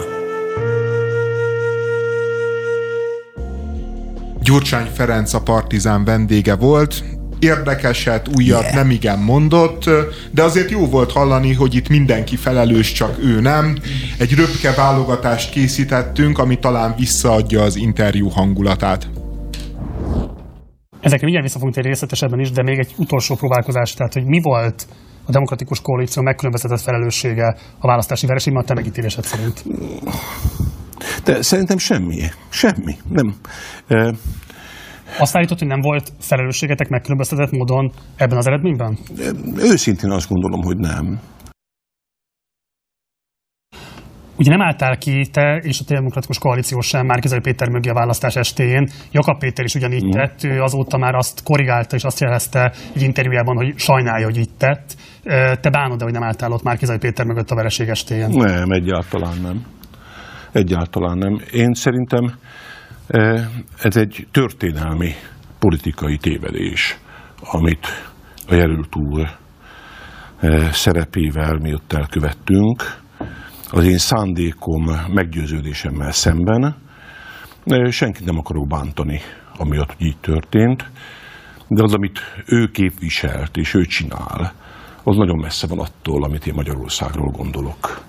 Gyurcsány Ferenc a Partizán vendége volt. Érdekeset, újat nem igen mondott, de azért jó volt hallani, hogy itt mindenki felelős, csak ő nem. Egy röpke válogatást készítettünk, ami talán visszaadja az interjú hangulatát. Ezekre mindjárt vissza fogunk térni részletesebben is, de még egy utolsó próbálkozás, tehát hogy mi volt a Demokratikus Koalíció megkülönböztetett felelőssége a választási vereségben a te megítélésed szerint? De szerintem semmi. Nem. Azt állított, hogy nem volt felelősségetek megkülönböztetett módon ebben az eredményben? Őszintén azt gondolom, hogy nem. Ugye nem álltál ki te és a Demokratikus Koalíció sem Márki-Zay Péter mögé a választás estéjén. Jakab Péter is ugyanígy tett, ő azóta már azt korrigálta és azt jelezte egy interjújában, hogy sajnálja, hogy így tett. Te bánod-e, hogy nem álltál ott Márki-Zay Péter mögött a vereség estéjén? Nem, egyáltalán nem. Egyáltalán nem. Én szerintem ez egy történelmi politikai tévedés, amit a jelölt úr szerepével mi ott elkövettünk. Az én szándékom meggyőződésemmel szemben. Senkit nem akarok bántani, amiatt, hogy így történt, de az, amit ő képviselt és ő csinál, az nagyon messze van attól, amit én Magyarországról gondolok.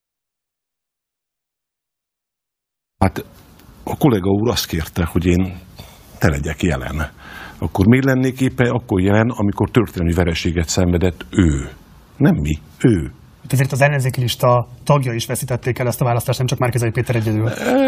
Hát a kollega úr azt kérte, hogy én ne legyek jelen. Akkor miért lennék éppen akkor jelen, amikor történelmi vereséget szenvedett ő? Nem mi, ő. Ezért az ellenzéki lista tagja is veszítették el ezt a választást, nem csak Márki-Zay Péter egyedül.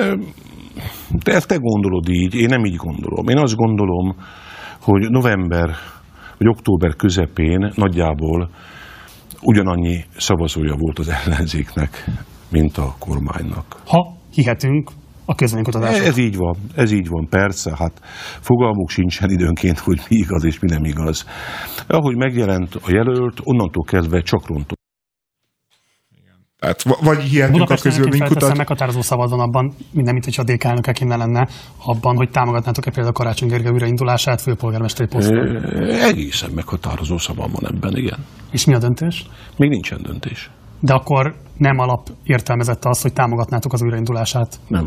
Te gondolod így, én nem így gondolom. Én azt gondolom, hogy november vagy október közepén nagyjából ugyanannyi szavazója volt az ellenzéknek, mint a kormánynak. Ha hihetünk a közvéleménykutatások. Ez így van, persze, hát fogalmuk sincsen időnként, hogy mi igaz és mi nem igaz. Ahogy megjelent a jelölt, onnantól kezdve csak rontott. Tehát vagy hihetünk a közvéleménykutatások. Meghatározó szavad van abban, minden, mint hogyha a DK elnöke kéne lenne, abban, hogy támogatnátok-e például Karácsony Gergely újraindulását főpolgármesteri poszton? Egészen meghatározó szava van ebben, igen. És mi a döntés? Még nincsen döntés. De akkor nem alap értelmezette azt, hogy támogatnátok az újraindulását? Nem.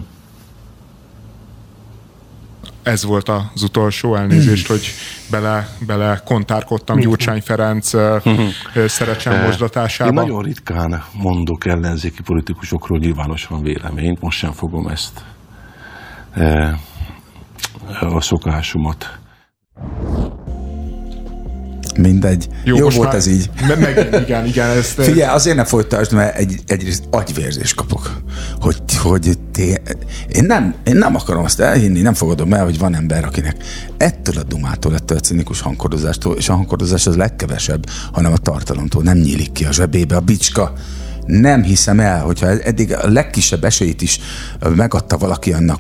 Ez volt az utolsó, elnézést, hogy bele kontárkodtam Gyurcsány Ferenc szerecsen mosdatásába. Én nagyon ritkán mondok ellenzéki politikusokról nyilvánosan véleményt, most sem fogom ezt a szokásomat. Mindegy. Jó volt ez így. Igen. Ezt... Figyelj, azért ne folytasd, mert egyrészt agyvérzést kapok. Én nem akarom azt elhinni, nem fogadom el, hogy van ember, akinek ettől a dumától, ettől a cinikus hangkordozástól, és a hangkordozás az legkevesebb, hanem a tartalomtól nem nyílik ki a zsebébe a bicska. Nem hiszem el, hogyha eddig a legkisebb esélyt is megadta valaki annak,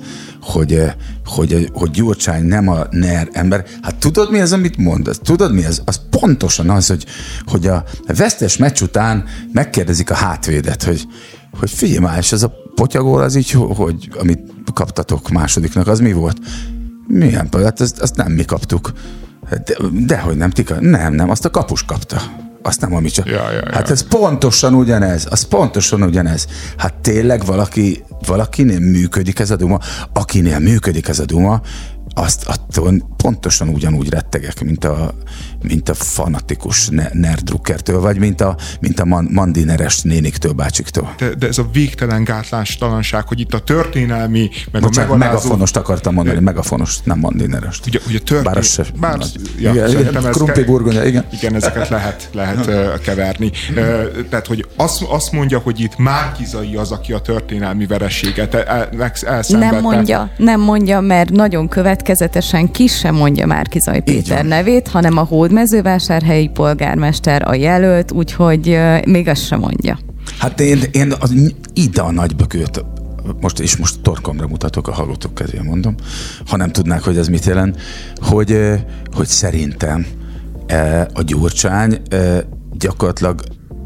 hogy Gyurcsány nem a NER ember. Hát tudod mi ez, amit mondasz? Tudod mi ez? Az pontosan az, hogy a vesztes meccs után megkérdezik a hátvédet, hogy figyelj már, és ez a potyagól az így, hogy amit kaptatok másodiknak, az mi volt? Milyen? Hát azt nem mi kaptuk. Dehogy nem, Tika? Nem, azt a kapus kapta. Azt nem, amit csak. Ja. Hát ez pontosan ugyanez. Hát tényleg valakinél működik ez a duma. Akinél működik ez a duma, azt attól pontosan ugyanúgy rettegek, mint a fanatikus nerdrukkertől, vagy mint a mandineres néniktől, bácsiktól. De ez a végtelen gátlástalanság, hogy itt a történelmi, meg a megalázó... Megafonost akartam mondani, megafonost, nem mandinerest. Ugye bár Krumpi burgonya, igen. Igen, ezeket lehet keverni. Tehát, hogy azt mondja, hogy itt Márki-Zay az, aki a történelmi vereséget elszenvedte. Nem mondja, mert nagyon következetesen ki sem mondja Márki-Zay Péter nevét, hanem a hódmezővásárhelyi polgármester a jelölt, úgyhogy még azt sem mondja. Hát én ide a nagybökőt, most torkomra mutatok, a hallgatók kezére mondom, ha nem tudnák, hogy ez mit jelent, hogy szerintem a Gyurcsány gyakorlatilag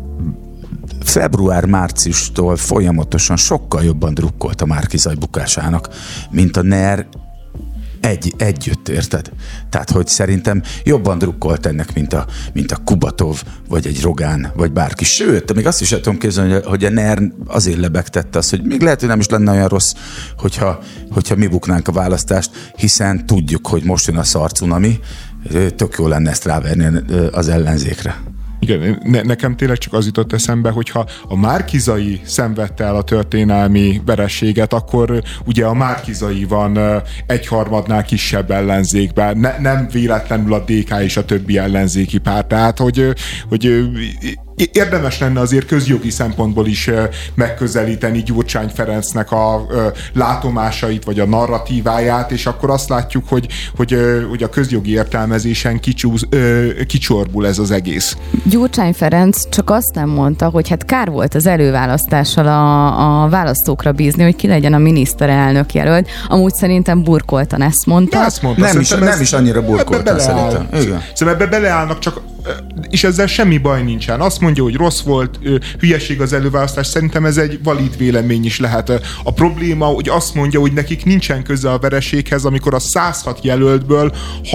február-márciustól folyamatosan sokkal jobban drukkolt a Márki-Zay bukásának, mint a NER együtt, érted? Tehát, hogy szerintem jobban drukkolt ennek, mint a Kubatov, vagy egy Rogán, vagy bárki. Sőt, még azt is el tudom képzelni, hogy a NER azért lebegtette azt, hogy még lehet, hogy nem is lenne olyan rossz, hogyha mi buknánk a választást, hiszen tudjuk, hogy most jön a szarcunami, tök jó lenne ezt ráverni az ellenzékre. Igen, nekem tényleg csak az jutott eszembe, hogyha a Márki-Zay szenvedte el a történelmi vereséget, akkor ugye a Márki-Zay van egyharmadnál kisebb ellenzékben, nem véletlenül a DK és a többi ellenzéki párt. Tehát, hogy érdemes lenne azért közjogi szempontból is megközelíteni Gyurcsány Ferencnek a látomásait, vagy a narratíváját, és akkor azt látjuk, hogy a közjogi értelmezésen kicsorbul ez az egész. Gyurcsány Ferenc csak azt nem mondta, hogy hát kár volt az előválasztással a választókra bízni, hogy ki legyen a miniszterelnök jelölt. Amúgy szerintem burkoltan ezt mondta. Nem is annyira burkoltan szerintem. Igen. Szerintem ebbe beleállnak, csak és ezzel semmi baj nincsen. Azt mondja, hogy rossz volt, hülyeség az előválasztás, szerintem ez egy valid vélemény is lehet. A probléma, hogy azt mondja, hogy nekik nincsen köze a vereséghez, amikor a 106 jelöltből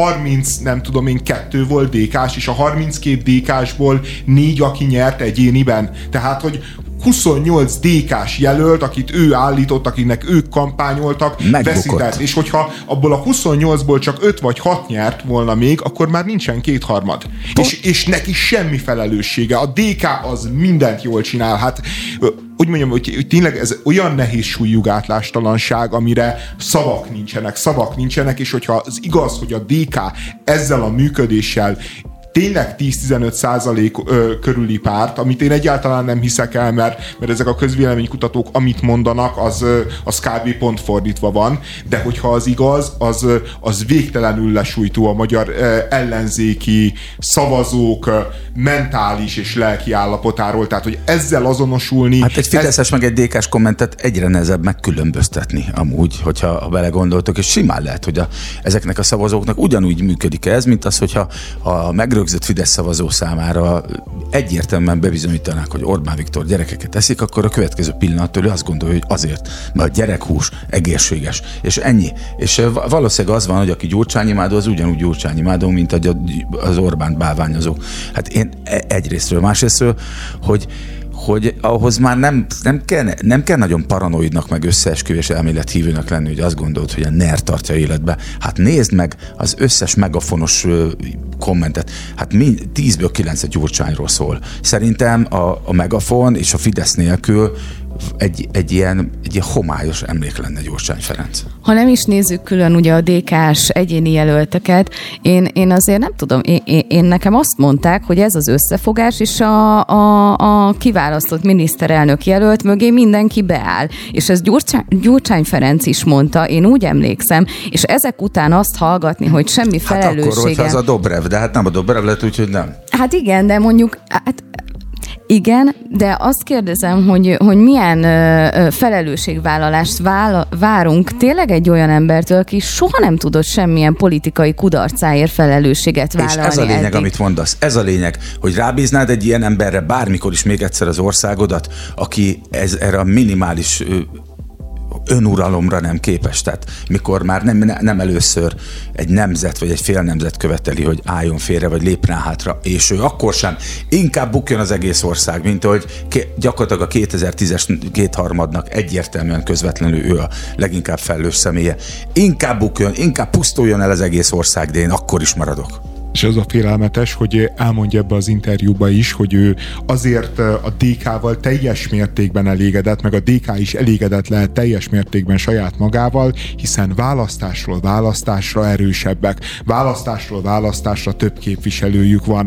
2 volt DK-s, és a 32 DK-sból 4, aki nyert egyéniben. Tehát, hogy 28 DK-s jelölt, akit ő állított, akinek ők kampányoltak, veszített. És hogyha abból a 28-ból csak 5 vagy 6 nyert volna még, akkor már nincsen 2/3. És neki semmi felelőssége. A DK az mindent jól csinál. Hát úgy mondjam, hogy tényleg ez olyan nehéz súlyú gátlástalanság, amire szavak nincsenek, és hogyha az igaz, hogy a DK ezzel a működéssel tényleg 10-15% körüli párt, amit én egyáltalán nem hiszek el, mert ezek a közvéleménykutatók, amit mondanak, az kb. Pont fordítva van, de hogyha az igaz, az végtelenül lesújtó a magyar ellenzéki szavazók mentális és lelki állapotáról, tehát hogy ezzel azonosulni... Hát egy fideszes meg egy DK-s kommentet egyre nehezebb megkülönböztetni amúgy, hogyha belegondoltok, és simán lehet, hogy ezeknek a szavazóknak ugyanúgy működik ez, mint az, hogyha megrögzött Fidesz szavazó számára egyértelműen bebizonyítanák, hogy Orbán Viktor gyerekeket eszik, akkor a következő pillanattól ő azt gondolja, hogy azért, mert a gyerekhús egészséges, és ennyi. És valószínűleg az van, hogy aki gyurcsányimádó, az ugyanúgy gyurcsányimádó, mint az Orbán bálványozó. Hát én egyrésztről, másrésztről, hogy ahhoz már nem kell nagyon paranoidnak, meg összeesküvés elmélethívőnek lenni, hogy azt gondolod, hogy a NER tartja életbe. Hát nézd meg az összes megafonos kommentet. Hát 10-ből 9 Gyurcsányról szól. Szerintem a megafon és a Fidesz nélkül egy ilyen homályos emlék lenne Gyurcsány Ferenc. Ha nem is nézzük külön ugye a DK-s egyéni jelölteket, én azért nem tudom, én nekem azt mondták, hogy ez az összefogás, és a kiválasztott miniszterelnök jelölt mögé mindenki beáll. És ez Gyurcsány Ferenc is mondta, én úgy emlékszem, és ezek után azt hallgatni, hogy semmi felelőssége... Hát akkor, hogyha az a Dobrev, de hát nem a Dobrev lett, úgyhogy nem. Hát igen, de mondjuk... Igen, de azt kérdezem, hogy milyen felelősségvállalást várunk tényleg egy olyan embertől, aki soha nem tudott semmilyen politikai kudarcáért felelősséget vállalni. És ez a lényeg, eddig. Amit mondasz. Ez a lényeg, hogy rábíznád egy ilyen emberre bármikor is még egyszer az országodat, aki erre a minimális önuralomra nem képes. Tehát mikor már nem először egy nemzet vagy egy fél nemzet követeli, hogy álljon félre, vagy lépjen hátra, és ő akkor sem. Inkább bukjon az egész ország, mint hogy gyakorlatilag a 2010-es 2/3 egyértelműen közvetlenül ő a leginkább felelős személye. Inkább bukjon, inkább pusztuljon el az egész ország, de én akkor is maradok. És az a félelmetes, hogy elmondja ebbe az interjúba is, hogy ő azért a DK-val teljes mértékben elégedett, meg a DK is elégedett lehet teljes mértékben saját magával, hiszen választásról választásra erősebbek, választásról választásra több képviselőjük van.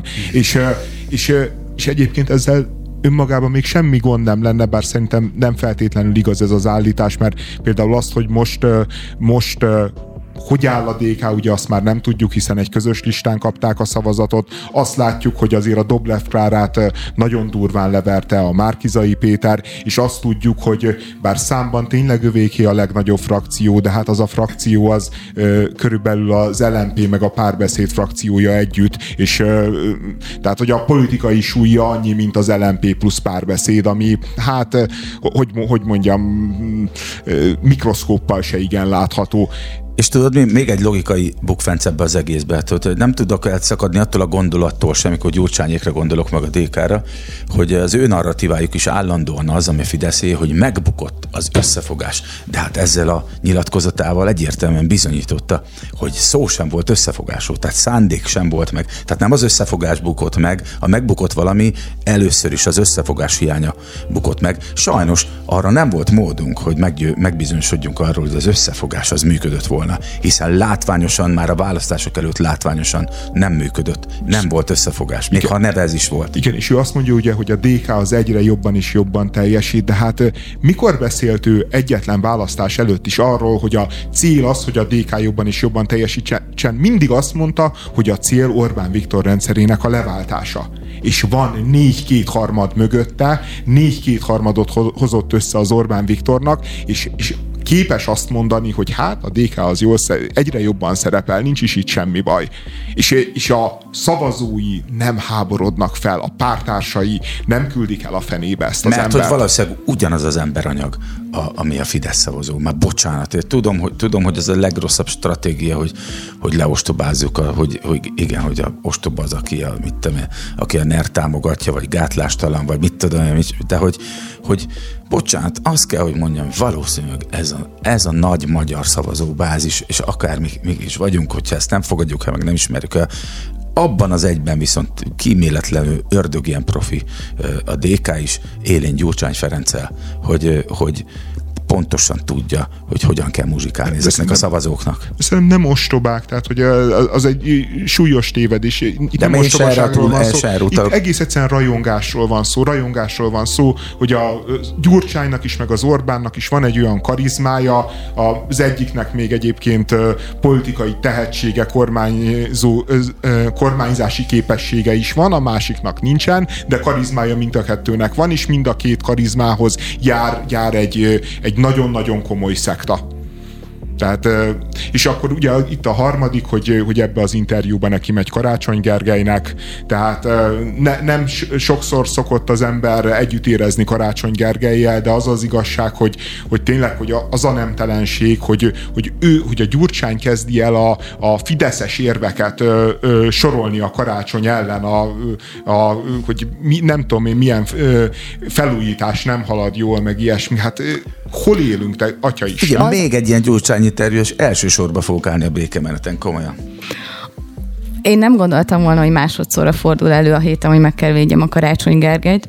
És egyébként ezzel önmagában még semmi gond nem lenne, bár szerintem nem feltétlenül igaz ez az állítás, mert például azt, hogy most hogy áll a DK, ugye azt már nem tudjuk, hiszen egy közös listán kapták a szavazatot. Azt látjuk, hogy azért a Dobrev Klárát nagyon durván leverte a Márki-Zay Péter, és azt tudjuk, hogy bár számban tényleg övéké a legnagyobb frakció, de hát az a frakció az körülbelül az LMP meg a Párbeszéd frakciója együtt, és tehát, hogy a politikai súlya annyi, mint az LMP plusz Párbeszéd, ami hát, hogy mondjam, mikroszkóppal se igen látható. És tudod, még egy logikai bukfenc ebbe az egészbe. Tudod, nem tudok elszakadni attól a gondolattól sem, amikor Gyurcsányékra gondolok meg a DK-ra, hogy az ő narratívájuk is állandóan az, ami Fideszé, hogy megbukott az összefogás. De hát ezzel a nyilatkozatával egyértelműen bizonyította, hogy szó sem volt összefogásról, tehát szándék sem volt meg. Tehát nem az összefogás bukott meg, a megbukott valami, először is az összefogás hiánya bukott meg. Sajnos arra nem volt módunk, hogy megbizonyosodjunk arról, hogy az összefogás az működött volna. volna, hiszen látványosan, már a választások előtt látványosan nem működött, nem volt összefogás, még ha neve ez is volt. Igen, és ő azt mondja ugye, hogy a DK az egyre jobban és jobban teljesít, de hát mikor beszélt ő egyetlen választás előtt is arról, hogy a cél az, hogy a DK jobban és jobban teljesítsen? Mindig azt mondta, hogy a cél Orbán Viktor rendszerének a leváltása. És van 4 2/3 mögötte, 4 2/3 hozott össze az Orbán Viktornak, és képes azt mondani, hogy hát a DK az egyre jobban szerepel, nincs is itt semmi baj. És a szavazói nem háborodnak fel, a pártársai nem küldik el a fenébe ezt az embert. Mert hogy valószínűleg ugyanaz az emberanyag, ami a Fidesz szavazó. Már bocsánat, én tudom, hogy ez a legrosszabb stratégia, hogy leostobázzuk, hogy igen, hogy a ostoba az, aki a NER támogatja, vagy gátlástalan, vagy mit tudom, de hogy bocsánat, azt kell, hogy mondjam, valószínűleg ez a nagy magyar szavazóbázis, és akár mi is vagyunk, hogyha ezt nem fogadjuk el, meg nem ismerjük el, abban az egyben viszont kíméletlenül ördögien profi a DK is, élén Gyurcsány Ferenccel, hogy pontosan tudja, hogy hogyan kell muzsikálni ezeknek a szavazóknak. Szerintem nem ostobák, tehát hogy az egy súlyos tévedés. Itt de nem ostobaságról van szó. Itt egész egyszerűen rajongásról van szó, hogy a Gyurcsánynak is, meg az Orbánnak is van egy olyan karizmája, az egyiknek még egyébként politikai tehetsége, kormányzási képessége is van, a másiknak nincsen, de karizmája mind a kettőnek van, és mind a két karizmához jár egy nagyon-nagyon komoly szekta. Tehát, és akkor ugye itt a harmadik, hogy ebbe az interjúban neki megy Karácsony Gergelynek, tehát nem sokszor szokott az ember együtt érezni Karácsony Gergellyel, de az az igazság, hogy tényleg hogy az a nemtelenség, hogy a Gyurcsány kezdi el a fideszes érveket sorolni a Karácsony ellen, hogy nem tudom én milyen felújítás nem halad jól, meg ilyesmi, hát hol élünk, te atya is. Igen, még egy ilyen Gyurcsány interjú, és elsősorban fogok állni a békemeneten, komolyan. Én nem gondoltam volna, hogy másodszorra fordul elő a héten, hogy meg kell védjem a Karácsony Gergelyt.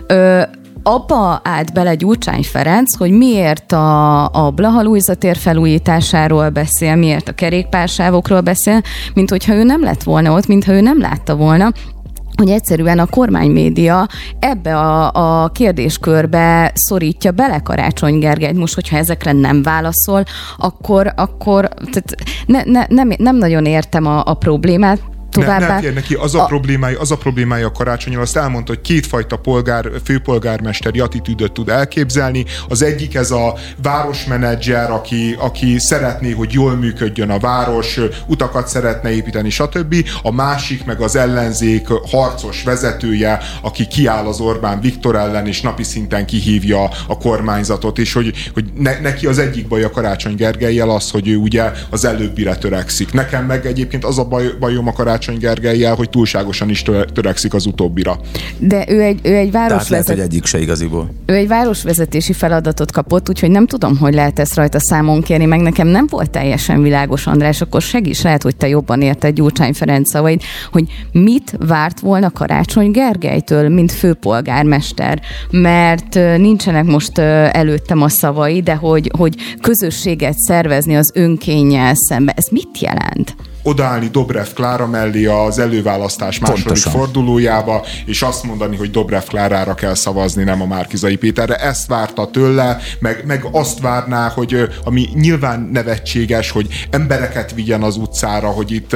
Abba állt bele Gyurcsány Ferenc, hogy miért a Blaha Lujza tér felújításáról beszél, miért a kerékpársávokról beszél, mint hogyha ő nem lett volna ott, mintha ő nem látta volna, hogy egyszerűen a kormánymédia ebbe a kérdéskörbe szorítja bele Karácsony Gergelyt. Most, hogyha ezekre nem válaszol, akkor tehát nem nagyon értem a problémát. Nem, neki az a problémája a Karácsonnyal, azt elmondta, hogy kétfajta főpolgármesteri attitűdöt tud elképzelni. Az egyik ez a városmenedzser, aki szeretné, hogy jól működjön a város, utakat szeretne építeni, stb. A másik meg az ellenzék harcos vezetője, aki kiáll az Orbán Viktor ellen, és napi szinten kihívja a kormányzatot, és hogy neki az egyik baj a Karácsony Gergellyel az, hogy ő ugye az előbbire törekszik. Nekem meg egyébként az a bajom a Karácsony Gergellyel, hogy túlságosan is törekszik az utóbbira. De ő egy lehet, hogy egyik se igaziból. Ő egy városvezetési feladatot kapott, úgyhogy nem tudom, hogy lehet ezt rajta számon kérni, meg nekem nem volt teljesen világos, András, akkor segíts, lehet, hogy te jobban érted Gyurcsány Ferenc szavait, hogy mit várt volna Karácsony Gergelytől, mint főpolgármester, mert nincsenek most előttem a szavai, de hogy közösséget szervezni az önkénnyel szembe, ez mit jelent? Odaállni Dobrev Klára mellé az előválasztás második fordulójába, és azt mondani, hogy Dobrev Klárára kell szavazni, nem a Márki-Zay Péterre. Ezt várta tőle, meg azt várná, hogy ami nyilván nevetséges, hogy embereket vigyen az utcára, hogy itt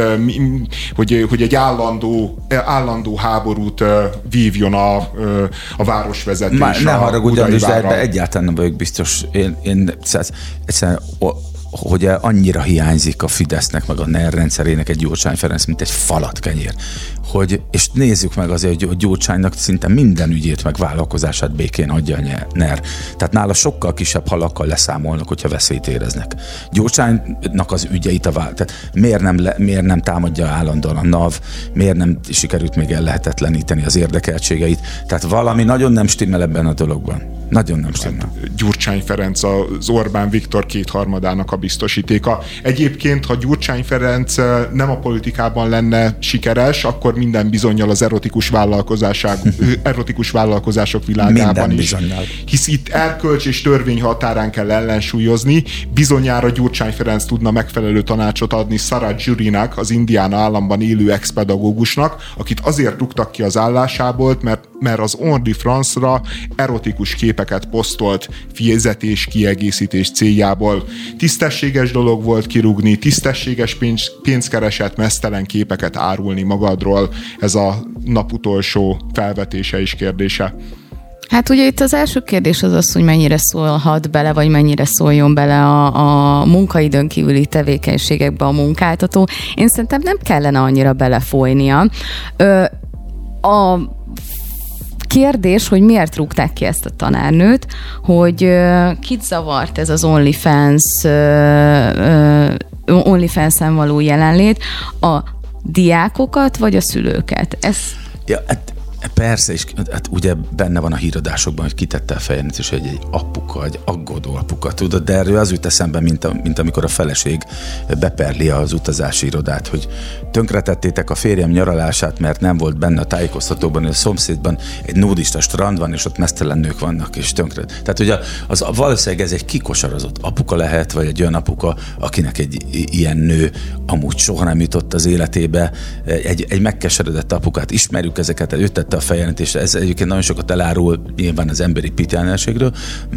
hogy egy állandó háborút vívjon a városvezetés. Ne haragudj, András, de ebben egyáltalán nem vagyok biztos. Én egyszerűen hogy annyira hiányzik a Fidesznek, meg a NER rendszerének egy Gyurcsány Ferenc, mint egy falatkenyér. És nézzük meg azért, hogy Gyurcsánynak szinte minden ügyét, meg vállalkozását békén adja a NER. Tehát nála sokkal kisebb halakkal leszámolnak, hogyha veszélyt éreznek. Gyurcsánynak az ügyeit tehát miért nem támadja állandóan a NAV, miért nem sikerült még ellehetetleníteni az érdekeltségeit. Tehát valami nagyon nem stimmel ebben a dologban. Nagyon nem stimmel. Gyurcsány Ferenc az Orbán Viktor 2/3 a biztosítéka. Egyébként, ha Gyurcsány Ferenc nem a politikában lenne sikeres, akkor minden bizonnyal az erotikus vállalkozások világában is. Hisz itt erkölcs és törvény határán kell ellensúlyozni. Bizonyára Gyurcsány Ferenc tudna megfelelő tanácsot adni Sarah Jurynak, az Indiana államban élő ex-pedagógusnak, akit azért rúgtak ki az állásából, mert az On the France-ra erotikus képeket posztolt fizetés kiegészítés céljából. Tisztességes dolog volt kirúgni, tisztességes pénzkereset, meztelen képeket árulni magadról. Ez a nap utolsó felvetése és kérdése. Hát ugye itt az első kérdés az, hogy mennyire szólhat bele, vagy mennyire szóljon bele a munkaidőn kívüli tevékenységekbe a munkáltató. Én szerintem nem kellene annyira belefolynia. A kérdés, hogy miért rúgták ki ezt a tanárnőt, hogy kit zavart ez az OnlyFans-en való jelenlét, a diákokat, vagy a szülőket? Ja, persze, és hát ugye benne van a híradásokban, hogy kitette a fejjelentés, hogy egy apuka, egy aggódó apuka, tudod, de erről az jut eszembe, mint amikor a feleség beperli az utazási irodát, hogy tönkretettétek a férjem nyaralását, mert nem volt benne a tájékoztatóban, hogy a szomszédban egy nudista strand van, és ott meztelen nők vannak, és tönkre. Tehát ugye valószínűleg ez egy kikosarozott apuka lehet, vagy egy olyan apuka, akinek egy ilyen nő amúgy soha nem jutott az életébe, egy megkeseredett apukát, ismerjük ezeket, ő tette a feljelentésre, ez egyébként nagyon sokat elárul nyilván az emberi pitányosságról,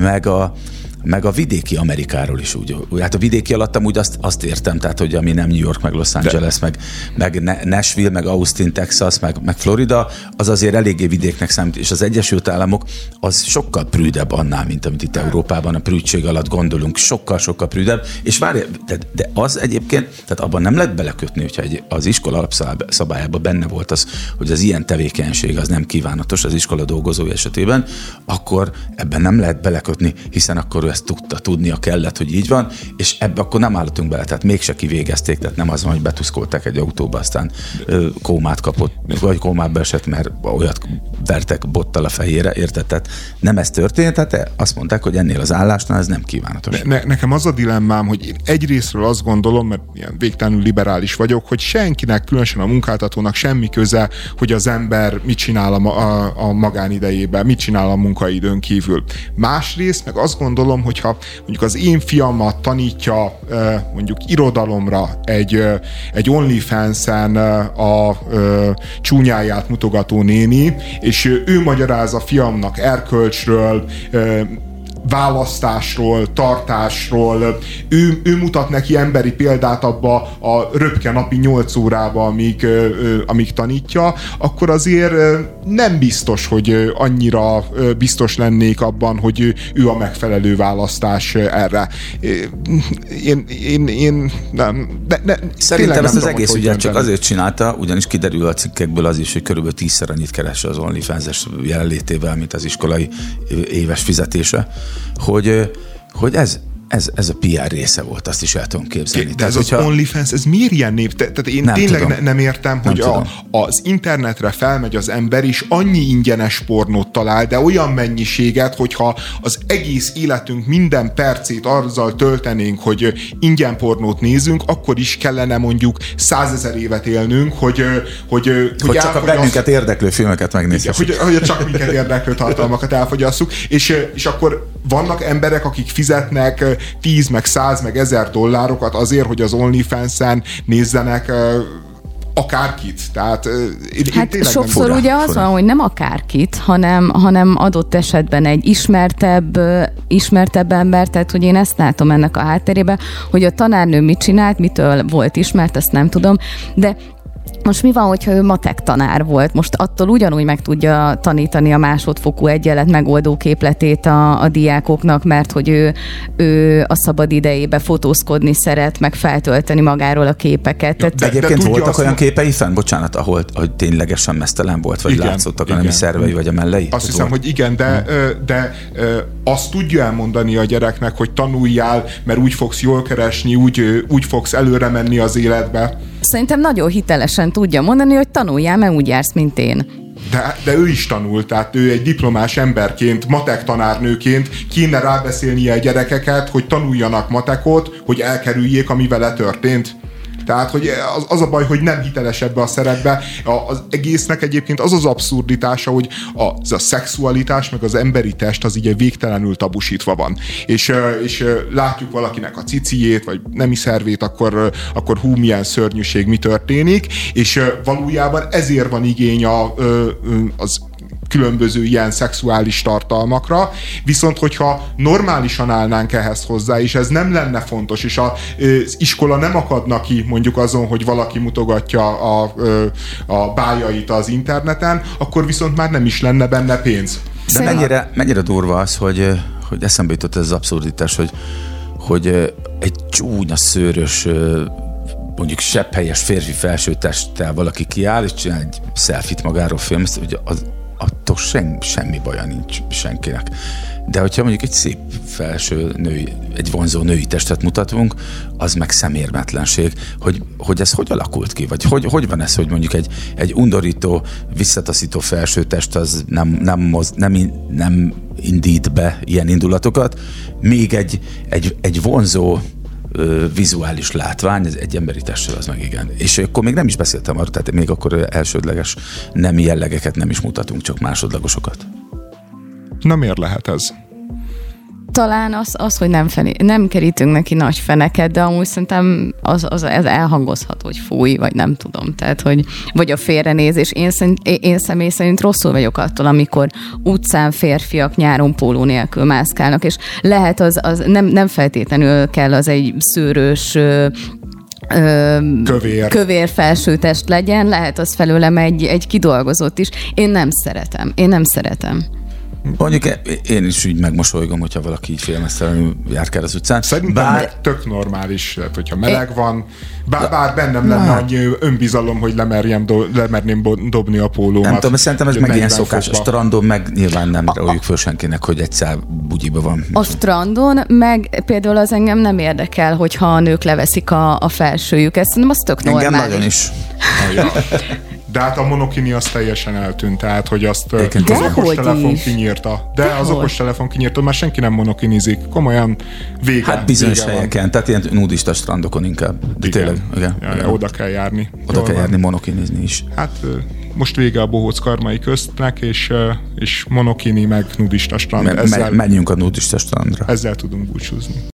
meg a vidéki Amerikáról is úgy. Hát a vidéki alatt amúgy azt értem, tehát hogy ami nem New York, meg Los Angeles, meg Nashville, meg Austin, Texas, meg Florida, az azért eléggé vidéknek számít, és az Egyesült Államok az sokkal prűdebb annál, mint amit itt Európában a prűdség alatt gondolunk, sokkal prűdebb, és várj, de az egyébként, tehát abban nem lehet belekötni, hogyha az iskola alapszabályában benne volt az, hogy az ilyen tevékenység az nem kívánatos az iskola dolgozói esetében, akkor ebben nem lehet belekötni, hiszen akkor ezt tudnia kellett, hogy így van, és ebbe akkor nem állhatunk bele, tehát mégse kivégezték, tehát nem az van, hogy betuszkolták egy autóba, aztán kómát kapott, vagy kómába esett, mert olyat vertek bottal a fejére, érted? Tehát nem ez történt, tehát azt mondták, hogy ennél az állásnál ez nem kívánatos. Nekem az a dilemmám, hogy én egyrésztről azt gondolom, mert ilyen végtelenül liberális vagyok, hogy senkinek, különösen a munkáltatónak semmi köze, hogy az ember mit csinál a magánidejében, mit csinál a munkaidőn kívül. Másrészt meg azt gondolom, hogyha mondjuk az én fiamat tanítja mondjuk irodalomra egy OnlyFans-en a csúnyáját mutogató néni, és ő magyaráz a fiamnak erkölcsről, választásról, tartásról, ő mutat neki emberi példát abba a röpke napi 8 órába, amíg tanítja, akkor azért nem biztos, hogy annyira biztos lennék abban, hogy ő a megfelelő választás erre. Én nem. Szerintem ezt az egész ügyet csak azért csinálta, ugyanis kiderül a cikkekből az is, hogy körülbelül 10-szer annyit keres az OnlyFans-es jelenlétével, mint az iskolai éves fizetése, hogy ez a PR része volt, azt is el tudom képzelni. De ez az OnlyFans, ez miért ilyen nép? Tehát én tényleg nem értem, hogy az internetre felmegy az ember, és annyi ingyenes pornót talál, de olyan mennyiséget, hogyha az egész életünk minden percét azzal töltenénk, hogy ingyen pornót nézünk, akkor is kellene mondjuk 100 000 évet élnünk, hogy csak a bennünket érdeklő filmeket megnézzük. Hogy csak minket érdeklő tartalmakat elfogyasszuk, és akkor vannak emberek, akik fizetnek 10, meg 100, meg $1000 azért, hogy az OnlyFans-en nézzenek akárkit. Tehát hát sokszor ugye az van, hogy nem akárkit, hanem adott esetben egy ismertebb ember, tehát hogy én ezt látom ennek a hátterében, hogy a tanárnő mit csinált, mitől volt ismert, ezt nem tudom, de most mi van, hogyha ő matek tanár volt? Most attól ugyanúgy meg tudja tanítani a másodfokú egyenlet megoldó képletét a diákoknak, mert hogy ő a szabad idejébe fotózkodni szeret, meg feltölteni magáról a képeket. De egyébként voltak olyan képei fenn, bocsánat, ahol hogy ténylegesen meztelen volt, vagy igen, látszottak a nemi szervei, vagy a mellei? Azt hiszem, hogy igen, de azt tudja elmondani a gyereknek, hogy tanuljál, mert úgy fogsz jól keresni, úgy fogsz előre menni az életbe. Szerintem nagyon hitelesen tudja mondani, hogy tanuljál, mert úgy jársz, mint én. De ő is tanult, tehát ő egy diplomás emberként, matek tanárnőként kéne rábeszélnie a gyerekeket, hogy tanuljanak matekot, hogy elkerüljék, ami vele történt. Tehát, hogy az a baj, hogy nem hiteles ebbe a szerepbe. Az egésznek egyébként az az abszurditása, hogy a szexualitás, meg az emberi test az így végtelenül tabusítva van. És látjuk valakinek a ciciét, vagy nemi szervét, akkor hú, milyen szörnyűség, mi történik, és valójában ezért van igény az különböző ilyen szexuális tartalmakra, viszont hogyha normálisan állnánk ehhez hozzá, és ez nem lenne fontos, és az iskola nem akadna ki mondjuk azon, hogy valaki mutogatja a bájait az interneten, akkor viszont már nem is lenne benne pénz. De mennyire durva az, hogy eszembe jutott ez az abszurditás, hogy egy csúnya, szőrös, mondjuk sebphelyes férfi felsőtesttel valaki kiáll, és csinál egy selfie-t magáról filmet, hogy attól semmi baja nincs senkinek. De hogyha mondjuk egy szép felső női, egy vonzó női testet mutatunk, az meg szemérmetlenség, hogy ez hogy alakult ki? Vagy hogy van ez, hogy mondjuk egy undorító, visszataszító felsőtest az nem indít be ilyen indulatokat, még egy vonzó vizuális látvány, ez egy emberi testtel, az meg igen. És akkor még nem is beszéltem arról, tehát még akkor elsődleges nemi jellegeket nem is mutatunk, csak másodlagosokat. Na miért lehet ez? Talán az hogy nem kerítünk neki nagy feneket, de amúgy szerintem ez elhangozhat, hogy fúj, vagy nem tudom. Tehát, vagy a félrenézés. Én személy szerint rosszul vagyok attól, amikor utcán férfiak nyáron póló nélkül mászkálnak, és lehet az nem feltétlenül kell az egy szőrös kövér felsőtest legyen, lehet az felőlem egy kidolgozott is. Én nem szeretem. Mondjuk én is úgy megmosolygom, hogyha valaki így félmeztelenül járkál az utcán. Szerintem meg tök normális, tehát hogyha meleg van, bár bennem lenne annyi önbizalom, hogy lemerném dobni a pólómat. Nem tudom, szerintem ez meg ilyen szokás. A strandon meg nyilván nem róljuk föl senkinek, hogy egyszer bugyiba van. A strandon meg például az engem nem érdekel, hogyha a nők leveszik a felsőjüket. Szerintem az tök normális. Engem nagyon is. De hát a monokini az teljesen eltűnt, tehát hogy azt az okostelefon kinyírta. De az okostelefon kinyírta, már senki nem monokinizik. Komolyan vége. Hát bizonyos helyeken, tehát ilyen nudista strandokon inkább. De tényleg, igen. Oda kell járni. Oda kell járni, monokinizni is. Hát most vége a bohóc karmai köztnek, és monokini meg nudista strand. Menjünk a nudista strandra. Ezzel tudunk búcsúzni.